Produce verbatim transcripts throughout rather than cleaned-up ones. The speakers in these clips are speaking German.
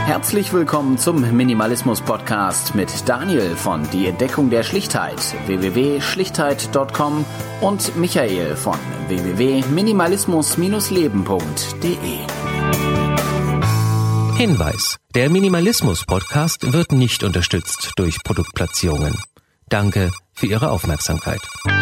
Herzlich willkommen zum Minimalismus-Podcast mit Daniel von Die Entdeckung der Schlichtheit w w w punkt schlichtheit punkt com und Michael von w w w punkt minimalismus leben punkt de. Hinweis: Der Minimalismus-Podcast wird nicht unterstützt durch Produktplatzierungen. Danke für Ihre Aufmerksamkeit.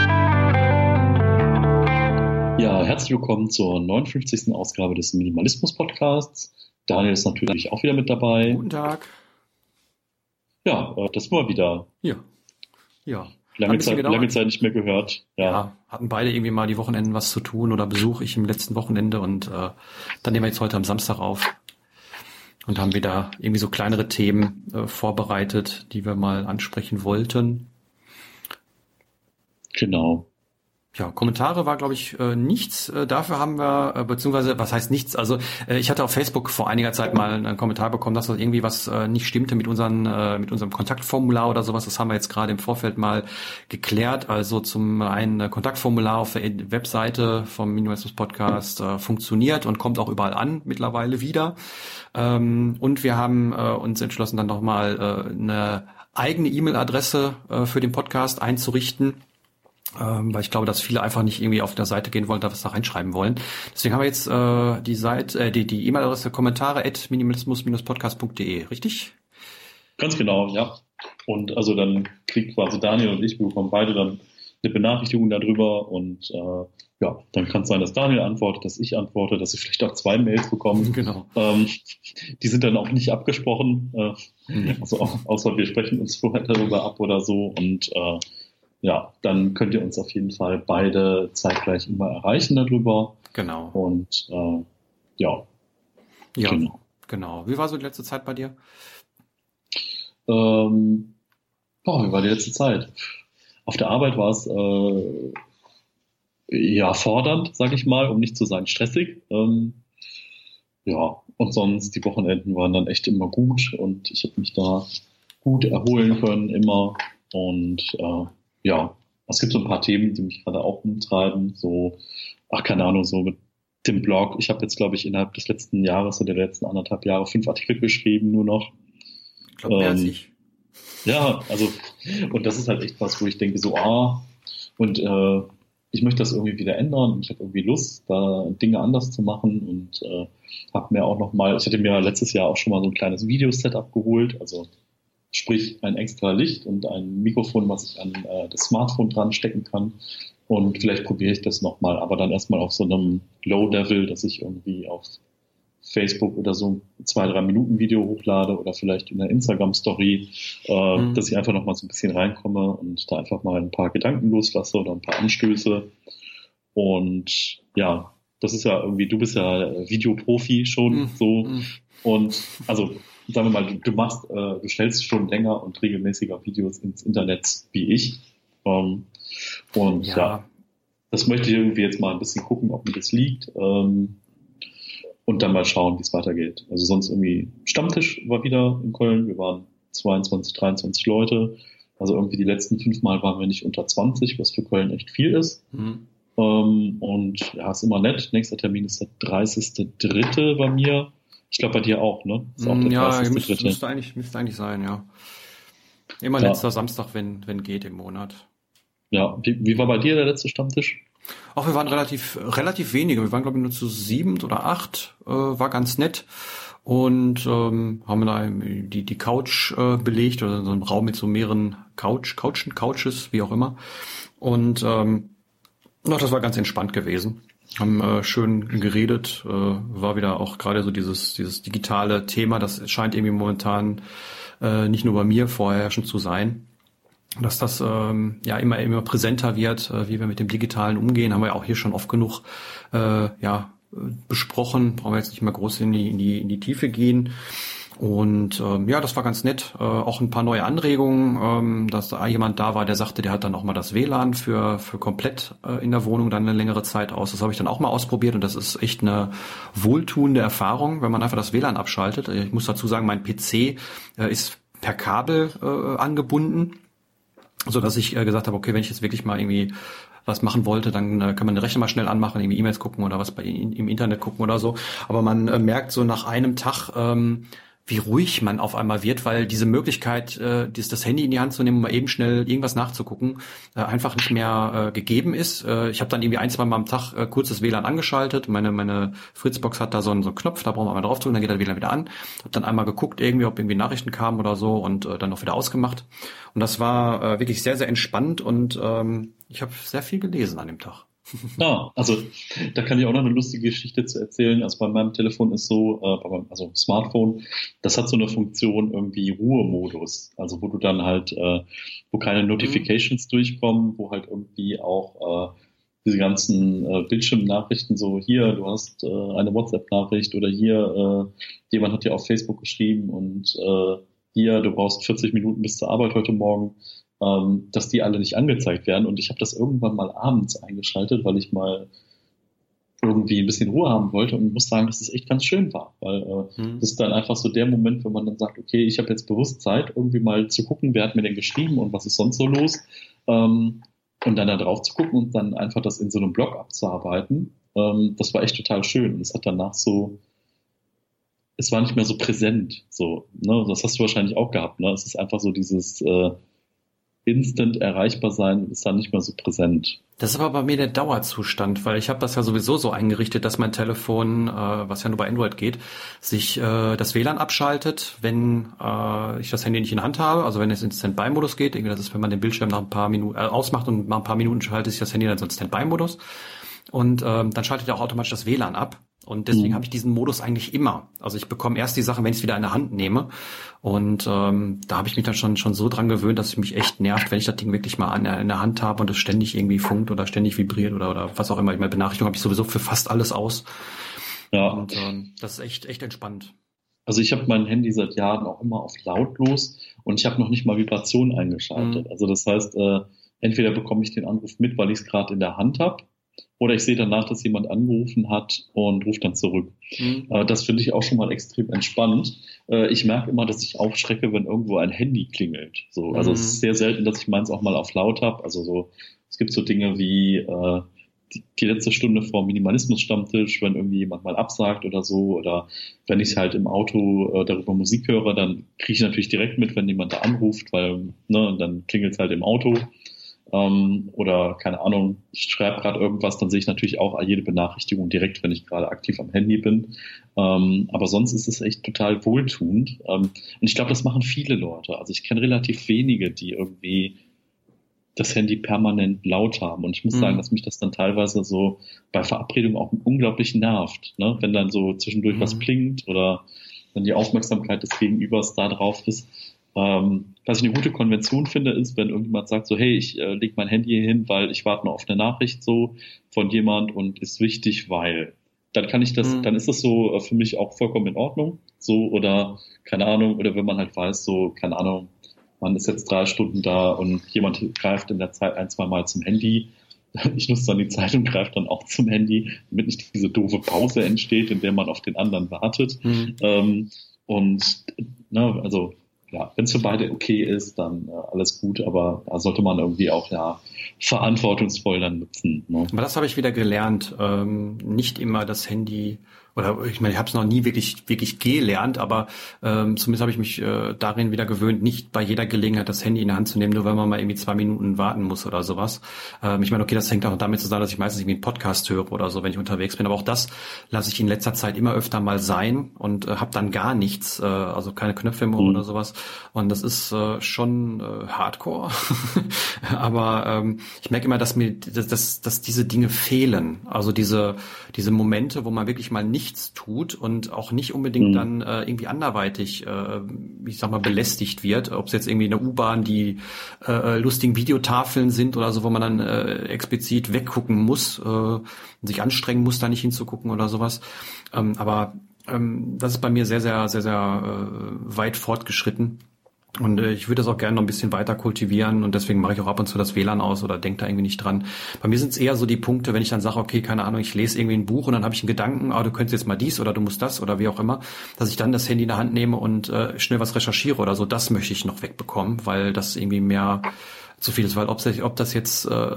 Ja, herzlich willkommen zur neunundfünfzigsten Ausgabe des Minimalismus-Podcasts. Daniel ist natürlich auch wieder mit dabei. Guten Tag. Ja, das war wieder. Ja. Ja. Lange Zeit, lange Zeit nicht mehr gehört. Ja. ja, hatten beide irgendwie mal die Wochenenden was zu tun oder Besuch, ich im letzten Wochenende und äh, dann nehmen wir jetzt heute am Samstag auf und haben wieder irgendwie so kleinere Themen äh, vorbereitet, die wir mal ansprechen wollten. Genau. Ja, Kommentare war, glaube ich, äh, nichts. Äh, dafür haben wir, äh, beziehungsweise, was heißt nichts? Also äh, ich hatte auf Facebook vor einiger Zeit mal einen Kommentar bekommen, dass das irgendwie was äh, nicht stimmte mit unseren, äh, mit unserem Kontaktformular oder sowas. Das haben wir jetzt gerade im Vorfeld mal geklärt. Also zum einen äh, Kontaktformular auf der Webseite vom Minimalismus Podcast äh, funktioniert und kommt auch überall an mittlerweile wieder. Ähm, und wir haben äh, uns entschlossen, dann nochmal äh, eine eigene E-Mail-Adresse äh, für den Podcast einzurichten. Ähm, weil ich glaube, dass viele einfach nicht irgendwie auf der Seite gehen wollen, da was da reinschreiben wollen. Deswegen haben wir jetzt äh, die Seite, äh, die die E-Mail-Adresse Kommentare at minimalismus podcast punkt de, richtig? Ganz genau, ja. Und also dann kriegt quasi Daniel und ich, wir bekommen beide dann eine Benachrichtigung darüber und äh, ja, dann kann es sein, dass Daniel antwortet, dass ich antworte, dass ich vielleicht auch zwei Mails bekomme. Genau. Ähm, die sind dann auch nicht abgesprochen, äh, Mhm. also auch, außer wir sprechen uns vorher darüber ab oder so und äh, ja, dann könnt ihr uns auf jeden Fall beide zeitgleich immer erreichen darüber. Genau. Und äh, ja, Ja, genau. genau. Wie war so die letzte Zeit bei dir? Ähm, boah, wie war die letzte Zeit? Auf der Arbeit war es äh, ja fordernd, sag ich mal, um nicht zu sagen stressig. Ähm, ja, und sonst die Wochenenden waren dann echt immer gut und ich habe mich da gut erholen können immer und äh, ja, es gibt so ein paar Themen, die mich gerade auch umtreiben, so, ach, keine Ahnung, so mit dem Blog. Ich habe jetzt, glaube ich, innerhalb des letzten Jahres oder der letzten anderthalb Jahre fünf Artikel geschrieben, nur noch. Ich glaube, mehr Ähm, als ich. Ja, also, und das ist halt echt was, wo ich denke, so, ah, und äh, ich möchte das irgendwie wieder ändern und ich habe irgendwie Lust, da Dinge anders zu machen und äh, habe mir auch noch mal, ich hatte mir letztes Jahr auch schon mal so ein kleines Videosetup geholt, also sprich ein extra Licht und ein Mikrofon, was ich an äh, das Smartphone dran stecken kann. Und vielleicht probiere ich das nochmal, aber dann erstmal auf so einem Low-Level, dass ich irgendwie auf Facebook oder so ein zwei, drei Minuten Video hochlade oder vielleicht in der Instagram-Story, äh, Mhm. dass ich einfach nochmal so ein bisschen reinkomme und da einfach mal ein paar Gedanken loslasse oder ein paar Anstöße. Und ja, das ist ja irgendwie, du bist ja Videoprofi schon Mhm. so. Mhm. Und also sagen wir mal, du, du machst, äh, du stellst schon länger und regelmäßiger Videos ins Internet wie ich. Ähm, und ja. Ja. das möchte ich irgendwie jetzt mal ein bisschen gucken, ob mir das liegt. Ähm, und dann mal schauen, wie es weitergeht. Also sonst irgendwie Stammtisch war wieder in Köln. Wir waren zweiundzwanzig, dreiundzwanzig Leute. Also irgendwie die letzten fünf Mal waren wir nicht unter zwanzig, was für Köln echt viel ist. Mhm. Ähm, und ja, ist immer nett. Nächster Termin ist der dreißigster dritte bei mir. Ich glaube bei dir auch, ne? Ist auch der Ja, dreißigste müsste, dritte müsste eigentlich, müsste eigentlich sein, ja. Immer Ja. letzter Samstag, wenn, wenn geht im Monat. Ja, wie, wie war bei dir der letzte Stammtisch? Auch wir waren relativ, relativ wenige. Wir waren, glaube ich, nur zu sieben oder acht. Äh, war ganz nett. Und ähm, haben da die, die Couch äh, belegt oder so einen Raum mit so mehreren Couch, Couchen, Couches, wie auch immer. Und ähm, noch, das war ganz entspannt gewesen. Haben äh, schön geredet, äh, war wieder auch gerade so dieses dieses digitale Thema, das scheint irgendwie momentan äh, nicht nur bei mir vorherrschend zu sein, dass das ähm, ja immer immer präsenter wird, äh, wie wir mit dem Digitalen umgehen, haben wir ja auch hier schon oft genug äh, ja besprochen, brauchen wir jetzt nicht mehr groß in die in die in die Tiefe gehen. Und ähm, ja, das war ganz nett. Äh, auch ein paar neue Anregungen, ähm, dass da jemand da war, der sagte, der hat dann auch mal das W L A N für für komplett äh, in der Wohnung dann eine längere Zeit aus. Das habe ich dann auch mal ausprobiert und das ist echt eine wohltuende Erfahrung, wenn man einfach das W L A N abschaltet. Ich muss dazu sagen, mein P C äh, ist per Kabel äh, angebunden, so dass ich äh, gesagt habe, okay, wenn ich jetzt wirklich mal irgendwie was machen wollte, dann äh, kann man den Rechner mal schnell anmachen, irgendwie E-Mails gucken oder was bei im Internet gucken oder so. Aber man äh, merkt so nach einem Tag, ähm, wie ruhig man auf einmal wird, weil diese Möglichkeit, äh, das, das Handy in die Hand zu nehmen, um mal eben schnell irgendwas nachzugucken, äh, einfach nicht mehr äh, gegeben ist. Äh, ich habe dann irgendwie ein, zwei Mal am Tag äh, kurz das W L A N angeschaltet. Meine meine Fritzbox hat da so einen, so einen Knopf, da brauchen wir einmal drauf drücken, dann geht das W L A N wieder an. Hab dann einmal geguckt, irgendwie, ob irgendwie Nachrichten kamen oder so und äh, dann noch wieder ausgemacht. Und das war äh, wirklich sehr, sehr entspannt und ähm, ich habe sehr viel gelesen an dem Tag. Ja, also da kann ich auch noch eine lustige Geschichte zu erzählen. Also bei meinem Telefon ist so, äh, bei meinem, also Smartphone, das hat so eine Funktion irgendwie Ruhemodus. Also wo du dann halt, äh, wo keine Notifications mhm. durchkommen, wo halt irgendwie auch äh, diese ganzen äh, Bildschirmnachrichten so, hier, du hast äh, eine WhatsApp-Nachricht oder hier, äh, jemand hat dir auf Facebook geschrieben und äh, hier, du brauchst vierzig Minuten bis zur Arbeit heute Morgen, ähm, dass die alle nicht angezeigt werden. Und ich habe das irgendwann mal abends eingeschaltet, weil ich mal irgendwie ein bisschen Ruhe haben wollte und muss sagen, dass es echt ganz schön war, weil äh, mhm. das ist dann einfach so der Moment, wenn man dann sagt, okay, ich habe jetzt bewusst Zeit, irgendwie mal zu gucken, wer hat mir denn geschrieben und was ist sonst so los, ähm, und dann da drauf zu gucken und dann einfach das in so einem Blog abzuarbeiten. Ähm, das war echt total schön. Und es hat danach so, es war nicht mehr so präsent, so, ne, das hast du wahrscheinlich auch gehabt, ne, es ist einfach so dieses äh, instant erreichbar sein ist dann nicht mehr so präsent. Das ist aber bei mir der Dauerzustand, weil ich habe das ja sowieso so eingerichtet, dass mein Telefon, äh, was ja nur bei Android geht, sich äh, das W L A N abschaltet, wenn äh, ich das Handy nicht in der Hand habe, also wenn es in Standby-Modus geht, irgendwie das ist, wenn man den Bildschirm nach ein paar Minuten äh, ausmacht und nach ein paar Minuten schaltet sich das Handy dann so in Standby-Modus und ähm, dann schaltet er auch automatisch das W L A N ab. Und deswegen mhm. habe ich diesen Modus eigentlich immer. Also ich bekomme erst die Sachen, wenn ich es wieder in der Hand nehme. Und ähm, da habe ich mich dann schon schon so dran gewöhnt, dass es mich echt nervt, wenn ich das Ding wirklich mal an, in der Hand habe und es ständig irgendwie funkt oder ständig vibriert oder oder was auch immer. Ich meine, Benachrichtigung habe ich sowieso für fast alles aus. Ja. Und ähm, das ist echt echt entspannt. Also ich habe mein Handy seit Jahren auch immer auf lautlos und ich habe noch nicht mal Vibration eingeschaltet. Mhm. Also das heißt, äh, entweder bekomme ich den Anruf mit, weil ich es gerade in der Hand habe, oder ich sehe danach, dass jemand angerufen hat und ruft dann zurück. Mhm. Äh, das finde ich auch schon mal extrem entspannt. Äh, ich merke immer, dass ich aufschrecke, wenn irgendwo ein Handy klingelt. So, also mhm. es ist sehr selten, dass ich meins auch mal auf laut habe. Also so, es gibt so Dinge wie äh, die, die letzte Stunde vor Minimalismus-Stammtisch, wenn irgendwie jemand mal absagt oder so. Oder wenn ich halt im Auto äh, darüber Musik höre, dann kriege ich natürlich direkt mit, wenn jemand da anruft, weil ne, dann klingelt es halt im Auto. Ähm, oder keine Ahnung, ich schreibe gerade irgendwas, dann sehe ich natürlich auch jede Benachrichtigung direkt, wenn ich gerade aktiv am Handy bin. Ähm, aber sonst ist es echt total wohltuend. Ähm, und ich glaube, das machen viele Leute. Also ich kenne relativ wenige, die irgendwie das Handy permanent laut haben. Und ich muss mhm. sagen, dass mich das dann teilweise so bei Verabredungen auch unglaublich nervt, ne? Wenn dann so zwischendurch mhm. was klingt oder wenn die Aufmerksamkeit des Gegenübers da drauf ist. Ähm, was ich eine gute Konvention finde, ist, wenn irgendjemand sagt so, hey, ich äh, lege mein Handy hier hin, weil ich warte noch auf eine Nachricht so von jemand und ist wichtig, weil dann kann ich das, mhm. dann ist das so äh, für mich auch vollkommen in Ordnung, so oder keine Ahnung, oder wenn man halt weiß, so keine Ahnung, man ist jetzt drei Stunden da und jemand greift in der Zeit ein, zwei Mal zum Handy. Ich nutze dann die Zeit und greife dann auch zum Handy, damit nicht diese doofe Pause entsteht, in der man auf den anderen wartet. Mhm. Ähm, und ne, also ja, wenn es für beide okay ist, dann äh, alles gut, aber da sollte man irgendwie auch ja verantwortungsvoll dann nutzen. Ne? Aber das habe ich wieder gelernt, ähm, nicht immer das Handy, oder ich meine, ich habe es noch nie wirklich wirklich gelernt, aber ähm, zumindest habe ich mich äh, darin wieder gewöhnt, nicht bei jeder Gelegenheit das Handy in die Hand zu nehmen, nur wenn man mal irgendwie zwei Minuten warten muss oder sowas. Ähm, ich meine, okay, das hängt auch damit zusammen, dass ich meistens irgendwie einen Podcast höre oder so, wenn ich unterwegs bin, aber auch das lasse ich in letzter Zeit immer öfter mal sein und äh, habe dann gar nichts, äh, also keine Knöpfe im Ohr mhm. oder sowas. Und das ist äh, schon äh, Hardcore, aber ähm, ich merke immer, dass mir dass, dass, dass diese Dinge fehlen, also diese diese Momente, wo man wirklich mal nichts tut und auch nicht unbedingt mhm. dann äh, irgendwie anderweitig, äh, ich sag mal, belästigt wird, ob es jetzt irgendwie in der U-Bahn die äh, lustigen Videotafeln sind oder so, wo man dann äh, explizit weggucken muss, äh, sich anstrengen muss, da nicht hinzugucken oder sowas. Ähm, aber ähm, das ist bei mir sehr, sehr, sehr, sehr äh, weit fortgeschritten. Und äh, ich würde das auch gerne noch ein bisschen weiter kultivieren und deswegen mache ich auch ab und zu das W L A N aus oder denke da irgendwie nicht dran. Bei mir sind es eher so die Punkte, wenn ich dann sage, okay, keine Ahnung, ich lese irgendwie ein Buch und dann habe ich einen Gedanken, ah, du könntest jetzt mal dies oder du musst das oder wie auch immer, dass ich dann das Handy in der Hand nehme und äh, schnell was recherchiere oder so, das möchte ich noch wegbekommen, weil das irgendwie mehr zu viel ist, weil ob, ob das jetzt äh,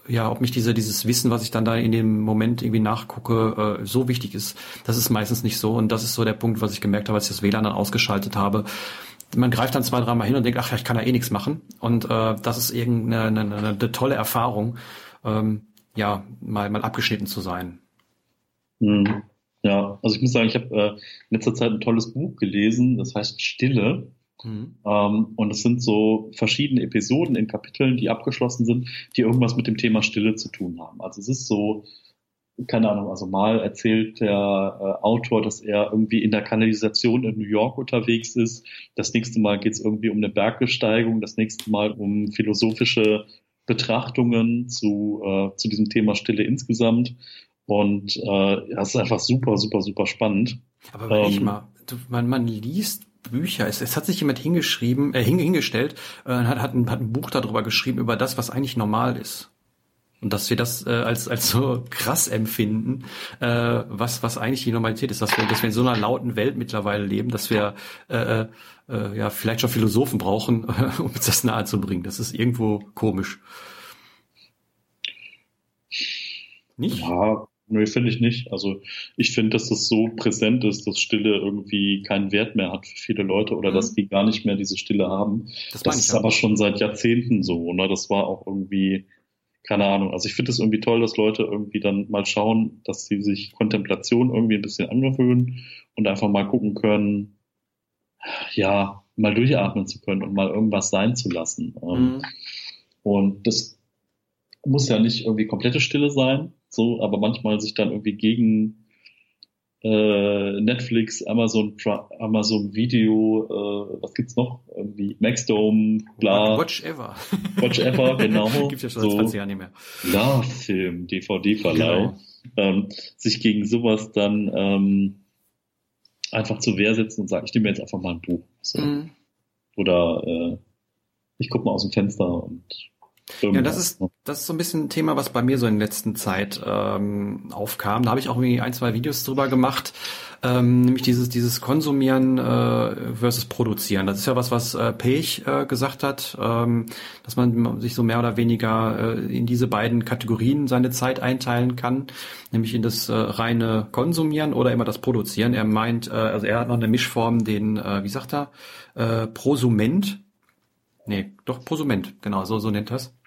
ja, ob mich diese, dieses Wissen, was ich dann da in dem Moment irgendwie nachgucke, äh, so wichtig ist. Das ist meistens nicht so. Und das ist so der Punkt, was ich gemerkt habe, als ich das W L A N dann ausgeschaltet habe. Man greift dann zwei, dreimal hin und denkt, ach ja, ich kann da eh nichts machen. Und äh, das ist irgendeine eine, eine, eine tolle Erfahrung, ähm, ja, mal, mal abgeschnitten zu sein. Mhm. Ja, also ich muss sagen, ich habe äh, in letzter Zeit ein tolles Buch gelesen, das heißt Stille. Mhm. Ähm, und es sind so verschiedene Episoden in Kapiteln, die abgeschlossen sind, die irgendwas mit dem Thema Stille zu tun haben. Also es ist so, keine Ahnung, also mal erzählt der äh, Autor, dass er irgendwie in der Kanalisation in New York unterwegs ist. Das nächste Mal geht es irgendwie um eine Bergbesteigung, das nächste Mal um philosophische Betrachtungen zu, äh, zu diesem Thema Stille insgesamt. Und äh, ja, es ist einfach super, super, super spannend. Aber überleg ähm, mal, du, man, man liest Bücher, es, es hat sich jemand hingeschrieben, äh, hingestellt, äh, hat, hat, ein, hat ein Buch darüber geschrieben, über das, was eigentlich normal ist. Und dass wir das äh, als als so krass empfinden, äh, was was eigentlich die Normalität ist, dass wir dass wir in so einer lauten Welt mittlerweile leben, dass wir äh, äh, ja vielleicht schon Philosophen brauchen, um uns das nahe zu bringen. Das ist irgendwo komisch. Nicht? Ja, nee, finde ich nicht. Also ich finde, dass das so präsent ist, dass Stille irgendwie keinen Wert mehr hat für viele Leute oder mhm. dass die gar nicht mehr diese Stille haben. Das, das ist aber schon seit Jahrzehnten so. Ne? Das war auch irgendwie keine Ahnung, also ich finde es irgendwie toll, dass Leute irgendwie dann mal schauen, dass sie sich Kontemplation irgendwie ein bisschen angewöhnen und einfach mal gucken können, ja, mal durchatmen zu können und mal irgendwas sein zu lassen. Mhm. Und das muss ja nicht irgendwie komplette Stille sein, so, aber manchmal sich dann irgendwie gegen äh, Netflix, Amazon, Amazon Video, äh, was gibt's noch? Irgendwie Maxdome, bla. Watch Ever. Watch Ever, genau. Gibt's ja schon seit zwanzig Jahren nicht mehr. Love-Film, D V D-Verleih. Genau. Ähm, sich gegen sowas dann ähm, einfach zur Wehr setzen und sagen, ich nehme mir jetzt einfach mal ein Buch. So. Mhm. Oder äh, ich gucke mal aus dem Fenster und ja, das ist das ist so ein bisschen ein Thema, was bei mir so in der letzten Zeit ähm, aufkam. Da habe ich auch irgendwie ein, zwei Videos drüber gemacht, ähm, nämlich dieses dieses Konsumieren äh, versus Produzieren. Das ist ja was, was äh, Pech äh, gesagt hat, ähm, dass man sich so mehr oder weniger äh, in diese beiden Kategorien seine Zeit einteilen kann, nämlich in das äh, reine Konsumieren oder immer das Produzieren. Er meint, äh, also er hat noch eine Mischform, den, äh, wie sagt er, äh, Prosument. Nee, doch Prosument, genau, so so nennt das.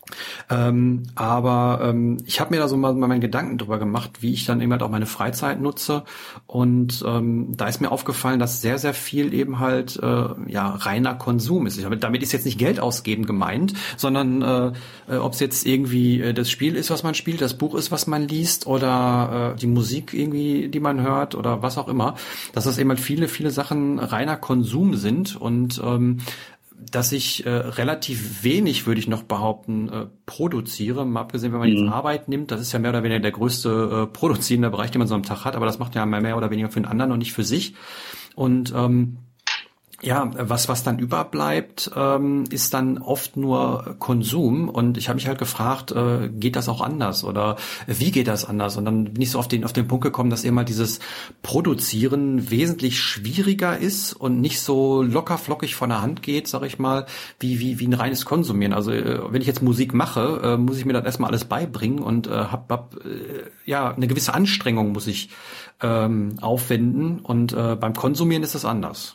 Ähm, aber ähm, ich habe mir da so mal, mal meinen Gedanken drüber gemacht, wie ich dann eben halt auch meine Freizeit nutze. Und ähm, da ist mir aufgefallen, dass sehr, sehr viel eben halt äh, ja reiner Konsum ist. Ich habe, damit ist jetzt nicht Geld ausgeben gemeint, sondern äh, äh, ob es jetzt irgendwie äh, das Spiel ist, was man spielt, das Buch ist, was man liest oder äh, die Musik irgendwie, die man hört oder was auch immer. Dass das eben halt viele, viele Sachen reiner Konsum sind und ähm, dass ich äh, relativ wenig, würde ich noch behaupten, äh, produziere. Mal abgesehen, wenn man jetzt mhm. Arbeit nimmt, das ist ja mehr oder weniger der größte äh, produzierende Bereich, den man so am Tag hat, aber das macht ja mehr oder weniger für den anderen und nicht für sich. Und ähm, ja, was was dann überbleibt, ähm, ist dann oft nur Konsum. Und ich habe mich halt gefragt, äh, geht das auch anders oder wie geht das anders? Und dann bin ich so auf den auf den Punkt gekommen, dass immer dieses Produzieren wesentlich schwieriger ist und nicht so locker flockig von der Hand geht, sag ich mal, wie wie wie ein reines Konsumieren. Also äh, wenn ich jetzt Musik mache, äh, muss ich mir das erstmal alles beibringen und äh, hab, hab äh, ja eine gewisse Anstrengung muss ich ähm, aufwenden. Und äh, beim Konsumieren ist es anders.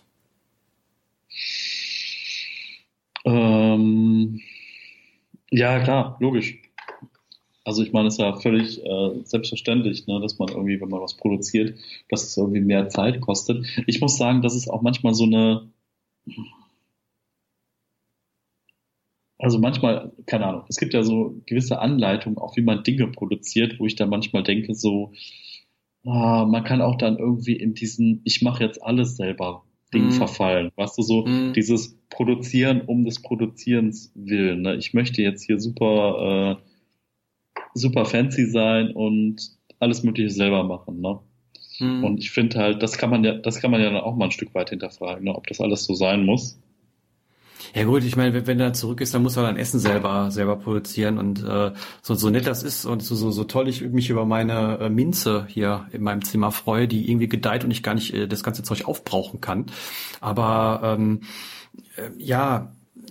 Ähm, ja, klar, logisch. Also ich meine, es ist ja völlig äh, selbstverständlich, ne, dass man irgendwie, wenn man was produziert, dass es irgendwie mehr Zeit kostet. Ich muss sagen, das ist auch manchmal so eine, also manchmal, keine Ahnung, es gibt ja so gewisse Anleitungen, auch wie man Dinge produziert, wo ich dann manchmal denke, so, ah, man kann auch dann irgendwie in diesen, ich mache jetzt alles selber Ding mm. verfallen. Weißt du, so mm. dieses Produzieren um des Produzierens willen. Ne? Ich möchte jetzt hier super, äh, super fancy sein und alles Mögliche selber machen. Ne? Mm. Und ich finde halt, das kann man ja, das kann man ja dann auch mal ein Stück weit hinterfragen, ne? Ob das alles so sein muss. Ja gut, ich meine, wenn, wenn er zurück ist, dann muss er dann Essen selber selber produzieren und äh, so so nett das ist und so so, so toll ich mich über meine äh, Minze hier in meinem Zimmer freue, die irgendwie gedeiht und ich gar nicht äh, das ganze Zeug aufbrauchen kann. Aber ähm, äh, ja,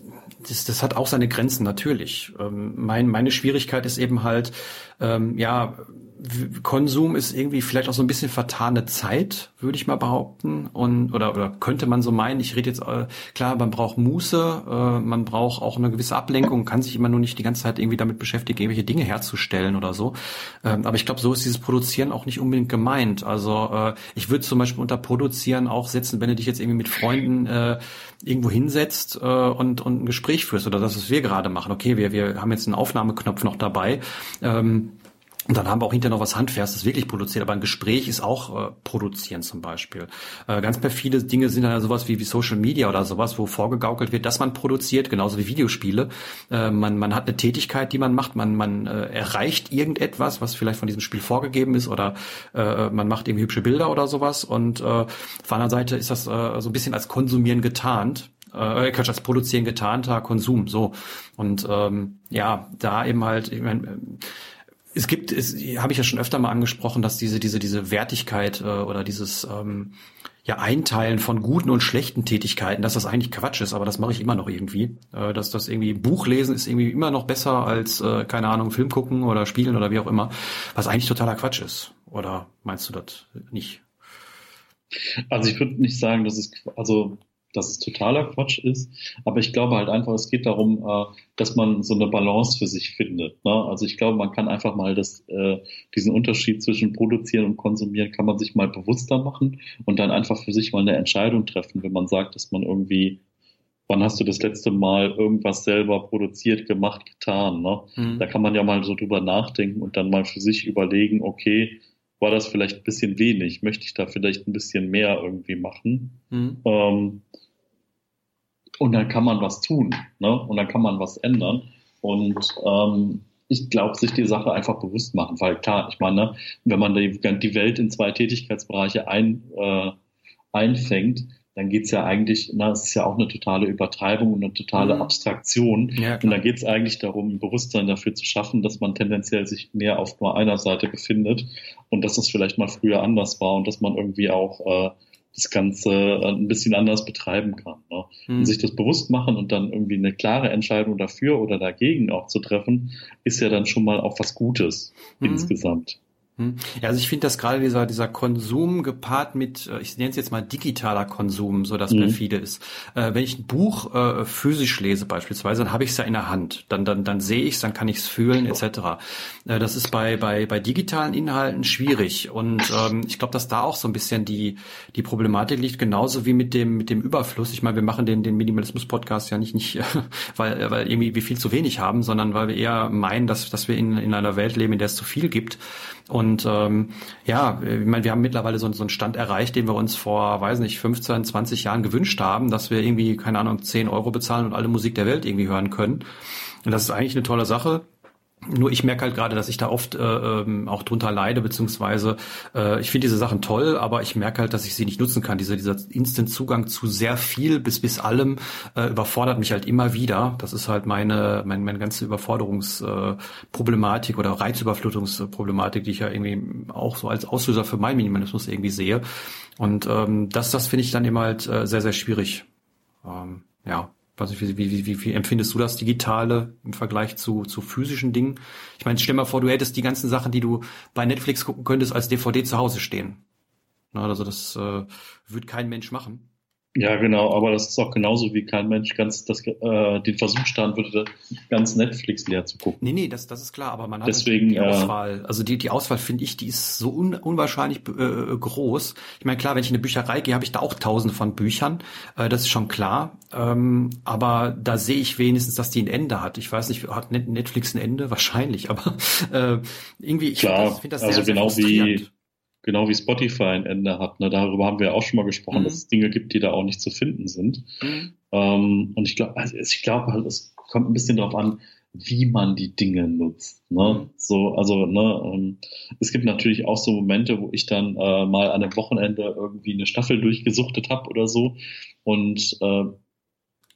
das, das hat auch seine Grenzen natürlich. Ähm, mein, meine Schwierigkeit ist eben halt, ähm, ja, Konsum ist irgendwie vielleicht auch so ein bisschen vertane Zeit, würde ich mal behaupten. Und oder oder könnte man so meinen, ich rede jetzt, äh, klar, man braucht Muße, äh, man braucht auch eine gewisse Ablenkung, kann sich immer nur nicht die ganze Zeit irgendwie damit beschäftigen, irgendwelche Dinge herzustellen oder so. Ähm, aber ich glaube, so ist dieses Produzieren auch nicht unbedingt gemeint. Also äh, ich würde zum Beispiel unter Produzieren auch setzen, wenn du dich jetzt irgendwie mit Freunden äh, irgendwo hinsetzt äh, und, und ein Gespräch führst oder das, was wir gerade machen. Okay, wir, wir haben jetzt einen Aufnahmeknopf noch dabei, ähm, und dann haben wir auch hinterher noch was Handfestes wirklich produziert. Aber ein Gespräch ist auch äh, produzieren zum Beispiel. Äh, ganz perfide Dinge sind dann ja sowas wie, wie Social Media oder sowas, wo vorgegaukelt wird, dass man produziert, genauso wie Videospiele. Äh, man, man hat eine Tätigkeit, die man macht. Man, man äh, erreicht irgendetwas, was vielleicht von diesem Spiel vorgegeben ist, oder äh, man macht irgendwie hübsche Bilder oder sowas. Und äh, auf der anderen Seite ist das äh, so ein bisschen als Konsumieren getarnt. Äh, Quatsch, als Produzieren getarnter Konsum. So. Und ähm, ja, da eben halt, ich meine, Es gibt, es habe ich ja schon öfter mal angesprochen, dass diese diese diese Wertigkeit äh, oder dieses ähm, ja Einteilen von guten und schlechten Tätigkeiten, dass das eigentlich Quatsch ist, aber das mache ich immer noch irgendwie. Äh, dass das irgendwie Buch lesen ist irgendwie immer noch besser als äh, keine Ahnung Film gucken oder spielen oder wie auch immer, was eigentlich totaler Quatsch ist. Oder meinst du das nicht? Also ich würde nicht sagen, dass es also dass es totaler Quatsch ist, aber ich glaube halt einfach, es geht darum, äh, dass man so eine Balance für sich findet. Ne? Also ich glaube, man kann einfach mal das, äh, diesen Unterschied zwischen Produzieren und Konsumieren kann man sich mal bewusster machen und dann einfach für sich mal eine Entscheidung treffen, wenn man sagt, dass man irgendwie, wann hast du das letzte Mal irgendwas selber produziert, gemacht, getan? Ne? Mhm. Da kann man ja mal so drüber nachdenken und dann mal für sich überlegen, okay, war das vielleicht ein bisschen wenig? Möchte ich da vielleicht ein bisschen mehr irgendwie machen? Mhm. Ähm, und dann kann man was tun, ne? Und dann kann man was ändern. Und ähm, ich glaube, sich die Sache einfach bewusst machen, weil klar, ich meine, wenn man die, die Welt in zwei Tätigkeitsbereiche ein, äh, einfängt, dann geht's ja eigentlich, na, es ist ja auch eine totale Übertreibung und eine totale mhm. Abstraktion. Ja, und da geht's eigentlich darum, ein Bewusstsein dafür zu schaffen, dass man tendenziell sich mehr auf nur einer Seite befindet und dass das vielleicht mal früher anders war und dass man irgendwie auch äh, das Ganze äh, ein bisschen anders betreiben kann. Ne? Mhm. Und sich das bewusst machen und dann irgendwie eine klare Entscheidung dafür oder dagegen auch zu treffen, ist ja dann schon mal auch was Gutes mhm. insgesamt. Ja, also ich finde, dass gerade dieser dieser Konsum gepaart mit, ich nenne es jetzt mal digitaler Konsum, so das perfide mhm. ist. Äh, wenn ich ein Buch äh, physisch lese beispielsweise, dann habe ich es ja in der Hand, dann dann dann sehe ich es, dann kann ich es fühlen et cetera. Äh, das ist bei bei bei digitalen Inhalten schwierig und ähm, ich glaube, dass da auch so ein bisschen die die Problematik liegt, genauso wie mit dem mit dem Überfluss. Ich meine, wir machen den den Minimalismus-Podcast ja nicht nicht weil weil irgendwie wir viel zu wenig haben, sondern weil wir eher meinen, dass dass wir in in einer Welt leben, in der es zu viel gibt. Und ähm, ja, ich meine, wir haben mittlerweile so, so einen Stand erreicht, den wir uns vor, weiß nicht, fünfzehn, zwanzig Jahren gewünscht haben, dass wir irgendwie, keine Ahnung, zehn Euro bezahlen und alle Musik der Welt irgendwie hören können. Und das ist eigentlich eine tolle Sache. Nur ich merke halt gerade, dass ich da oft äh, ähm, auch drunter leide, beziehungsweise äh, ich finde diese Sachen toll, aber ich merke halt, dass ich sie nicht nutzen kann. Diese, dieser Instant-Zugang zu sehr viel bis bis allem äh, überfordert mich halt immer wieder. Das ist halt meine meine, meine ganze Überforderungsproblematik äh, oder Reizüberflutungsproblematik, die ich ja irgendwie auch so als Auslöser für meinen Minimalismus irgendwie sehe. Und ähm, das, das finde ich dann immer halt äh, sehr, sehr schwierig. Ähm, ja. Weiß nicht, wie, wie, wie, wie empfindest du das Digitale im Vergleich zu, zu physischen Dingen? Ich meine, stell mal vor, du hättest die ganzen Sachen, die du bei Netflix gucken könntest, als D V D zu Hause stehen. Na, also das äh, würde kein Mensch machen. Ja, genau, aber das ist auch genauso wie kein Mensch ganz das, äh, den Versuch starten würde, ganz Netflix leer zu gucken. Nee, nee, das, das ist klar, aber man hat Deswegen, die Auswahl. Also die, die Auswahl, finde ich, die ist so un, unwahrscheinlich äh, groß. Ich meine, klar, wenn ich in eine Bücherei gehe, habe ich da auch tausende von Büchern, äh, das ist schon klar. Ähm, aber da sehe ich wenigstens, dass die ein Ende hat. Ich weiß nicht, hat Netflix ein Ende? Wahrscheinlich, aber äh, irgendwie, ich finde das, find das also sehr, genau sehr frustrierend. Wie Genau wie Spotify ein Ende hat. Ne? Darüber haben wir auch schon mal gesprochen, mhm. dass es Dinge gibt, die da auch nicht zu finden sind. Mhm. Ähm, und ich glaube, also ich glaube halt, es kommt ein bisschen darauf an, wie man die Dinge nutzt. Ne? Mhm. So, also ne, ähm, es gibt natürlich auch so Momente, wo ich dann äh, mal an einem Wochenende irgendwie eine Staffel durchgesuchtet habe oder so und äh,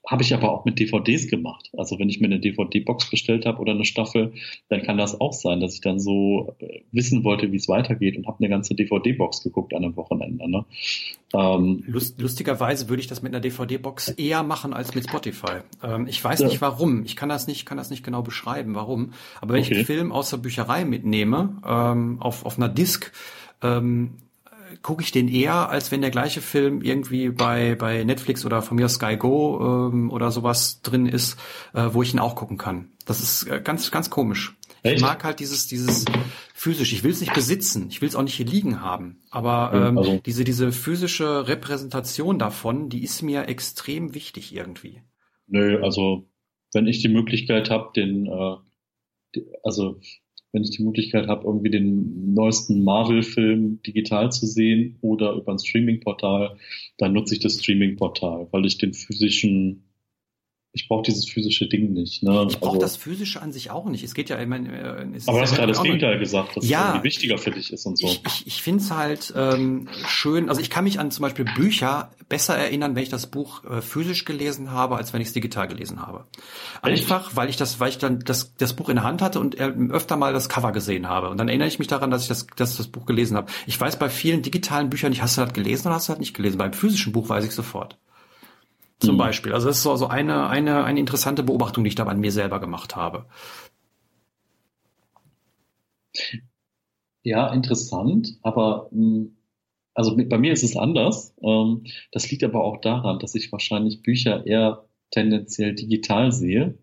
habe ich aber auch mit D V Ds gemacht. Also wenn ich mir eine D V D-Box bestellt habe oder eine Staffel, dann kann das auch sein, dass ich dann so wissen wollte, wie es weitergeht und habe eine ganze D V D-Box geguckt an einem Wochenende. Ne? Ähm, Lust, lustigerweise würde ich das mit einer D V D-Box eher machen als mit Spotify. Ähm, ich weiß ja. nicht warum. Ich kann das nicht, kann das nicht genau beschreiben, warum. Aber wenn okay. ich einen Film aus der Bücherei mitnehme, ähm, auf, auf einer Disc, ähm, gucke ich den eher, als wenn der gleiche Film irgendwie bei bei Netflix oder von mir Sky Go ähm, oder sowas drin ist, äh, wo ich ihn auch gucken kann. Das ist äh, ganz ganz komisch. Echt? Ich mag halt dieses dieses physisch. Ich will es nicht besitzen, ich will es auch nicht hier liegen haben. Aber ähm, also. diese diese physische Repräsentation davon, die ist mir extrem wichtig irgendwie. Nö, also wenn ich die Möglichkeit habe, den äh, die, also wenn ich die Möglichkeit habe, irgendwie den neuesten Marvel-Film digital zu sehen oder über ein Streaming-Portal, dann nutze ich das Streaming-Portal, weil ich den physischen, ich brauche dieses physische Ding nicht. Ne? Ich brauche also, das Physische an sich auch nicht. Es geht ja immer. Äh, es aber du ist hast ja gerade das Gegenteil noch, gesagt, dass ja, es irgendwie wichtiger für dich ist und so. Ich, ich, ich finde es halt ähm, schön, also ich kann mich an zum Beispiel Bücher besser erinnern, wenn ich das Buch äh, physisch gelesen habe, als wenn ich es digital gelesen habe. Einfach, Echt? weil ich das, weil ich dann das, das Buch in der Hand hatte und äh, öfter mal das Cover gesehen habe. Und dann erinnere ich mich daran, dass ich das, dass das Buch gelesen habe. Ich weiß bei vielen digitalen Büchern nicht, hast du das gelesen oder hast du das nicht gelesen? Beim physischen Buch weiß ich sofort. Zum hm. Beispiel. Also das ist so also eine, eine, eine interessante Beobachtung, die ich da an mir selber gemacht habe. Ja, interessant, aber also bei mir ist es anders. Das liegt aber auch daran, dass ich wahrscheinlich Bücher eher tendenziell digital sehe.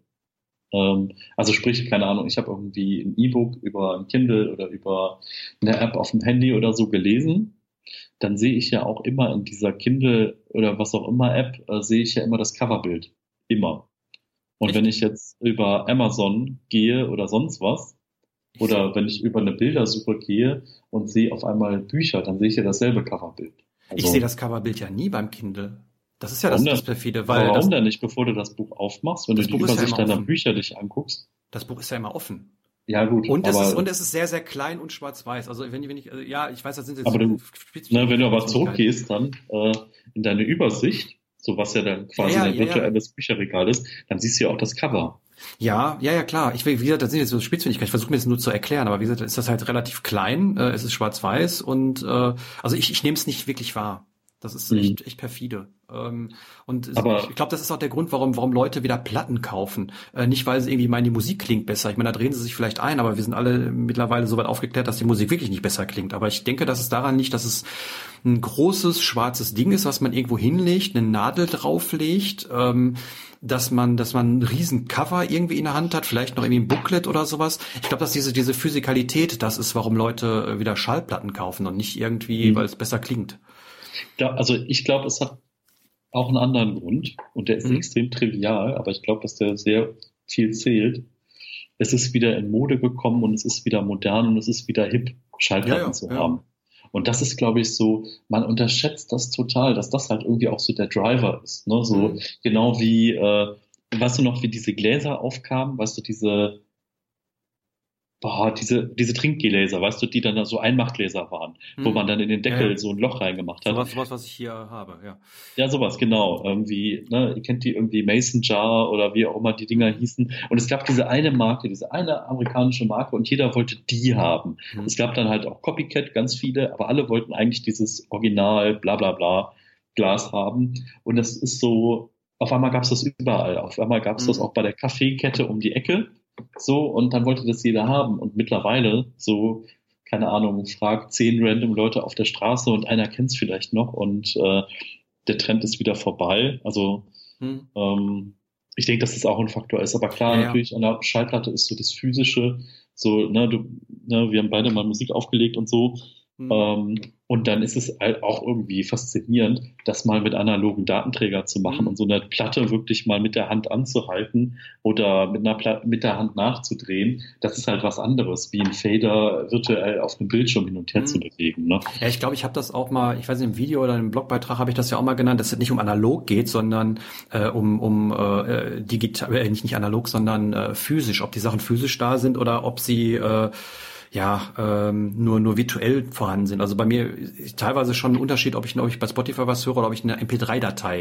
Also sprich, keine Ahnung, ich habe irgendwie ein E-Book über ein Kindle oder über eine App auf dem Handy oder so gelesen. Dann sehe ich ja auch immer in dieser Kindle oder was auch immer App, äh, sehe ich ja immer das Coverbild. Immer. Und Echt? Wenn ich jetzt über Amazon gehe oder sonst was, oder ich wenn ich über eine Bildersuche gehe und sehe auf einmal Bücher, dann sehe ich ja dasselbe Coverbild. Also, ich sehe das Coverbild ja nie beim Kindle. Das ist ja das, das perfide. Weil warum das, denn nicht, bevor du das Buch aufmachst, wenn du die Buch Übersicht ja deiner offen. Bücher dich anguckst? Das Buch ist ja immer offen. Ja, gut. Und es, ist, und es ist sehr, sehr klein und schwarz-weiß. Also wenn, wenn ich, also, ja, ich weiß, das sind jetzt aber du, na, wenn du aber zurückgehst dann äh, in deine Übersicht, so was ja dann quasi ja, ja, ein virtuelles ja, ja. Bücherregal ist, dann siehst du ja auch das Cover. Ja, ja, ja, klar. Ich, wie gesagt, das sind jetzt so Spitzfindigkeiten. Ich versuche mir das nur zu erklären, aber wie gesagt, ist das halt relativ klein. Äh, es ist schwarz-weiß und äh, also ich, ich nehme es nicht wirklich wahr. Das ist echt, mhm. echt perfide. Ähm, und aber ich glaube, das ist auch der Grund, warum, warum Leute wieder Platten kaufen. Äh, nicht, weil sie irgendwie meinen, die Musik klingt besser. Ich meine, da drehen sie sich vielleicht ein, aber wir sind alle mittlerweile so weit aufgeklärt, dass die Musik wirklich nicht besser klingt. Aber ich denke, dass es daran liegt, dass es ein großes, schwarzes Ding ist, was man irgendwo hinlegt, eine Nadel drauflegt, ähm, dass man, dass man ein riesen Cover irgendwie in der Hand hat, vielleicht noch irgendwie ein Booklet oder sowas. Ich glaube, dass diese, diese Physikalität, das ist, warum Leute wieder Schallplatten kaufen und nicht irgendwie, mhm. weil es besser klingt. Da, also ich glaube, es hat auch einen anderen Grund und der ist mhm. extrem trivial, aber ich glaube, dass der sehr viel zählt. Es ist wieder in Mode gekommen und es ist wieder modern und es ist wieder hip, Schallplatten ja, ja, zu ja. haben. Und das ist, glaube ich, so, man unterschätzt das total, dass das halt irgendwie auch so der Driver ist. Ne? So mhm. genau wie, äh, weißt du noch, wie diese Gläser aufkamen, weißt du, diese Boah, diese, diese Trinkgläser, weißt du, die dann da so Einmachgläser waren, hm. wo man dann in den Deckel ja. so ein Loch reingemacht hat. Sowas, sowas, was ich hier habe, ja. Ja, sowas, genau. Irgendwie, ne, ihr kennt die irgendwie Mason Jar oder wie auch immer die Dinger hießen. Und es gab diese eine Marke, diese eine amerikanische Marke und jeder wollte die haben. Hm. Es gab dann halt auch Copycat, ganz viele, aber alle wollten eigentlich dieses Original, bla bla bla, Glas haben. Und das ist so, auf einmal gab es das überall. Auf einmal gab es hm. das auch bei der Kaffeekette um die Ecke. So, und dann wollte das jeder haben. Und mittlerweile, so, keine Ahnung, fragt zehn random Leute auf der Straße und einer kennt es vielleicht noch und äh, der Trend ist wieder vorbei. Also, hm. ähm, ich denke, dass das auch ein Faktor ist. Aber klar, ja, natürlich, ja. an der Schallplatte ist so das Physische, so, ne, du, ne, wir haben beide mal Musik aufgelegt und so. Hm. Ähm, und dann ist es halt auch irgendwie faszinierend, das mal mit analogen Datenträger zu machen hm. und so eine Platte wirklich mal mit der Hand anzuhalten oder mit einer Pla- mit der Hand nachzudrehen. Das ist halt was anderes, wie ein Fader virtuell auf einem Bildschirm hin und her hm. zu bewegen. Ne? Ja, ich glaube, ich habe das auch mal, ich weiß nicht, im Video oder im Blogbeitrag habe ich das ja auch mal genannt, dass es nicht um analog geht, sondern äh, um, um äh, digital, äh, nicht, nicht analog, sondern äh, physisch, ob die Sachen physisch da sind oder ob sie äh, ja, ähm, nur nur virtuell vorhanden sind. Also bei mir ist teilweise schon ein Unterschied, ob ich, ob ich bei Spotify was höre oder ob ich eine M P drei Datei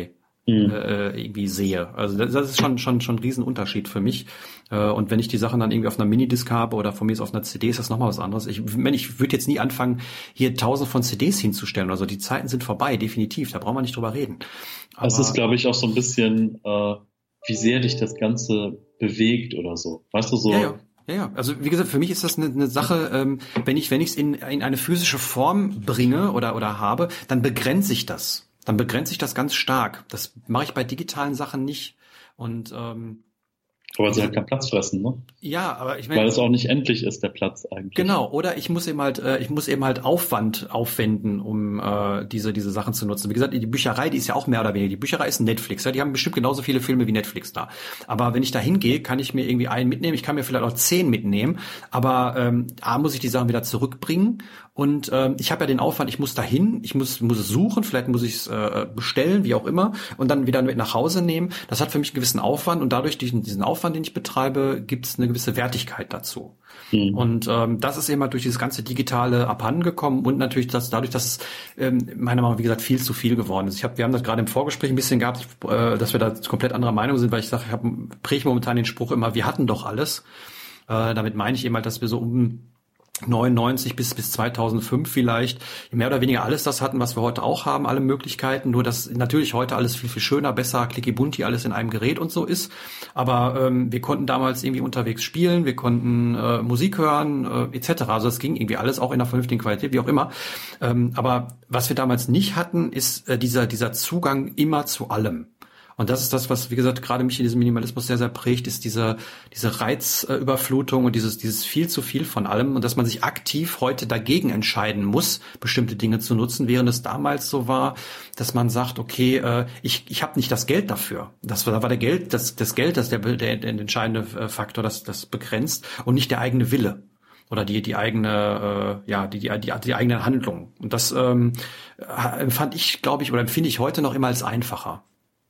mhm. äh, irgendwie sehe. Also das, das ist schon schon schon ein Riesenunterschied für mich. Äh, und wenn ich die Sachen dann irgendwie auf einer Minidisc habe oder von mir ist auf einer C D, ist das nochmal was anderes. Ich, wenn ich würde jetzt nie anfangen, hier tausend von C Ds hinzustellen. Also die Zeiten sind vorbei, definitiv. Da brauchen wir nicht drüber reden. Aber es ist, glaube ich, auch so ein bisschen, äh, wie sehr dich das Ganze bewegt oder so. Weißt du, so... Ja, ja. Ja, ja, also wie gesagt, für mich ist das eine, eine Sache, ähm, wenn ich wenn ich es in, in eine physische Form bringe oder oder habe, dann begrenze ich das. Dann begrenze ich das ganz stark. Das mache ich bei digitalen Sachen nicht. Und ähm, aber sie halt keinen Platz fressen, ne? Ja, aber ich meine, weil es auch nicht endlich ist, der Platz eigentlich. Genau, oder ich muss eben halt, äh, ich muss eben halt Aufwand aufwenden, um äh, diese diese Sachen zu nutzen. Wie gesagt, die Bücherei, die ist ja auch mehr oder weniger. Die Bücherei ist Netflix, ja, die haben bestimmt genauso viele Filme wie Netflix da. Aber wenn ich da hingehe, kann ich mir irgendwie einen mitnehmen. Ich kann mir vielleicht auch zehn mitnehmen. Aber ähm, A, muss ich die Sachen wieder zurückbringen. Und ähm, ich habe ja den Aufwand, ich muss dahin, ich muss muss es suchen, vielleicht muss ich es äh, bestellen, wie auch immer, und dann wieder mit nach Hause nehmen. Das hat für mich einen gewissen Aufwand und dadurch diesen, diesen Aufwand, den ich betreibe, gibt es eine gewisse Wertigkeit dazu. Mhm. Und ähm, das ist eben halt durch dieses ganze Digitale abhandengekommen und natürlich dass dadurch, dass es ähm, meiner Meinung nach, wie gesagt, viel zu viel geworden ist. Ich hab, wir haben das gerade im Vorgespräch ein bisschen gehabt, äh, dass wir da komplett anderer Meinung sind, weil ich sage, ich habe präge momentan den Spruch immer, wir hatten doch alles. Äh, damit meine ich eben halt, dass wir so um neunundneunzig bis bis zweitausendfünf vielleicht mehr oder weniger alles das hatten, was wir heute auch haben, alle Möglichkeiten, nur dass natürlich heute alles viel, viel schöner, besser, klickibunti, alles in einem Gerät und so ist, aber ähm, wir konnten damals irgendwie unterwegs spielen, wir konnten äh, Musik hören, äh, et cetera. Also es ging irgendwie alles auch in einer vernünftigen Qualität, wie auch immer, ähm, aber was wir damals nicht hatten, ist äh, dieser dieser Zugang immer zu allem. Und das ist das, was, wie gesagt, gerade mich in diesem Minimalismus sehr, sehr prägt, ist diese, diese Reizüberflutung und dieses, dieses viel zu viel von allem und dass man sich aktiv heute dagegen entscheiden muss, bestimmte Dinge zu nutzen, während es damals so war, dass man sagt, okay, äh, ich, ich habe nicht das Geld dafür. Das war, da war der Geld, das, das Geld, das der, der, der entscheidende Faktor, das, das begrenzt und nicht der eigene Wille. Oder die die eigene äh, ja die die die, die eigene Handlung. Und das ähm, empfand ich, glaube ich, oder empfinde ich heute noch immer als einfacher.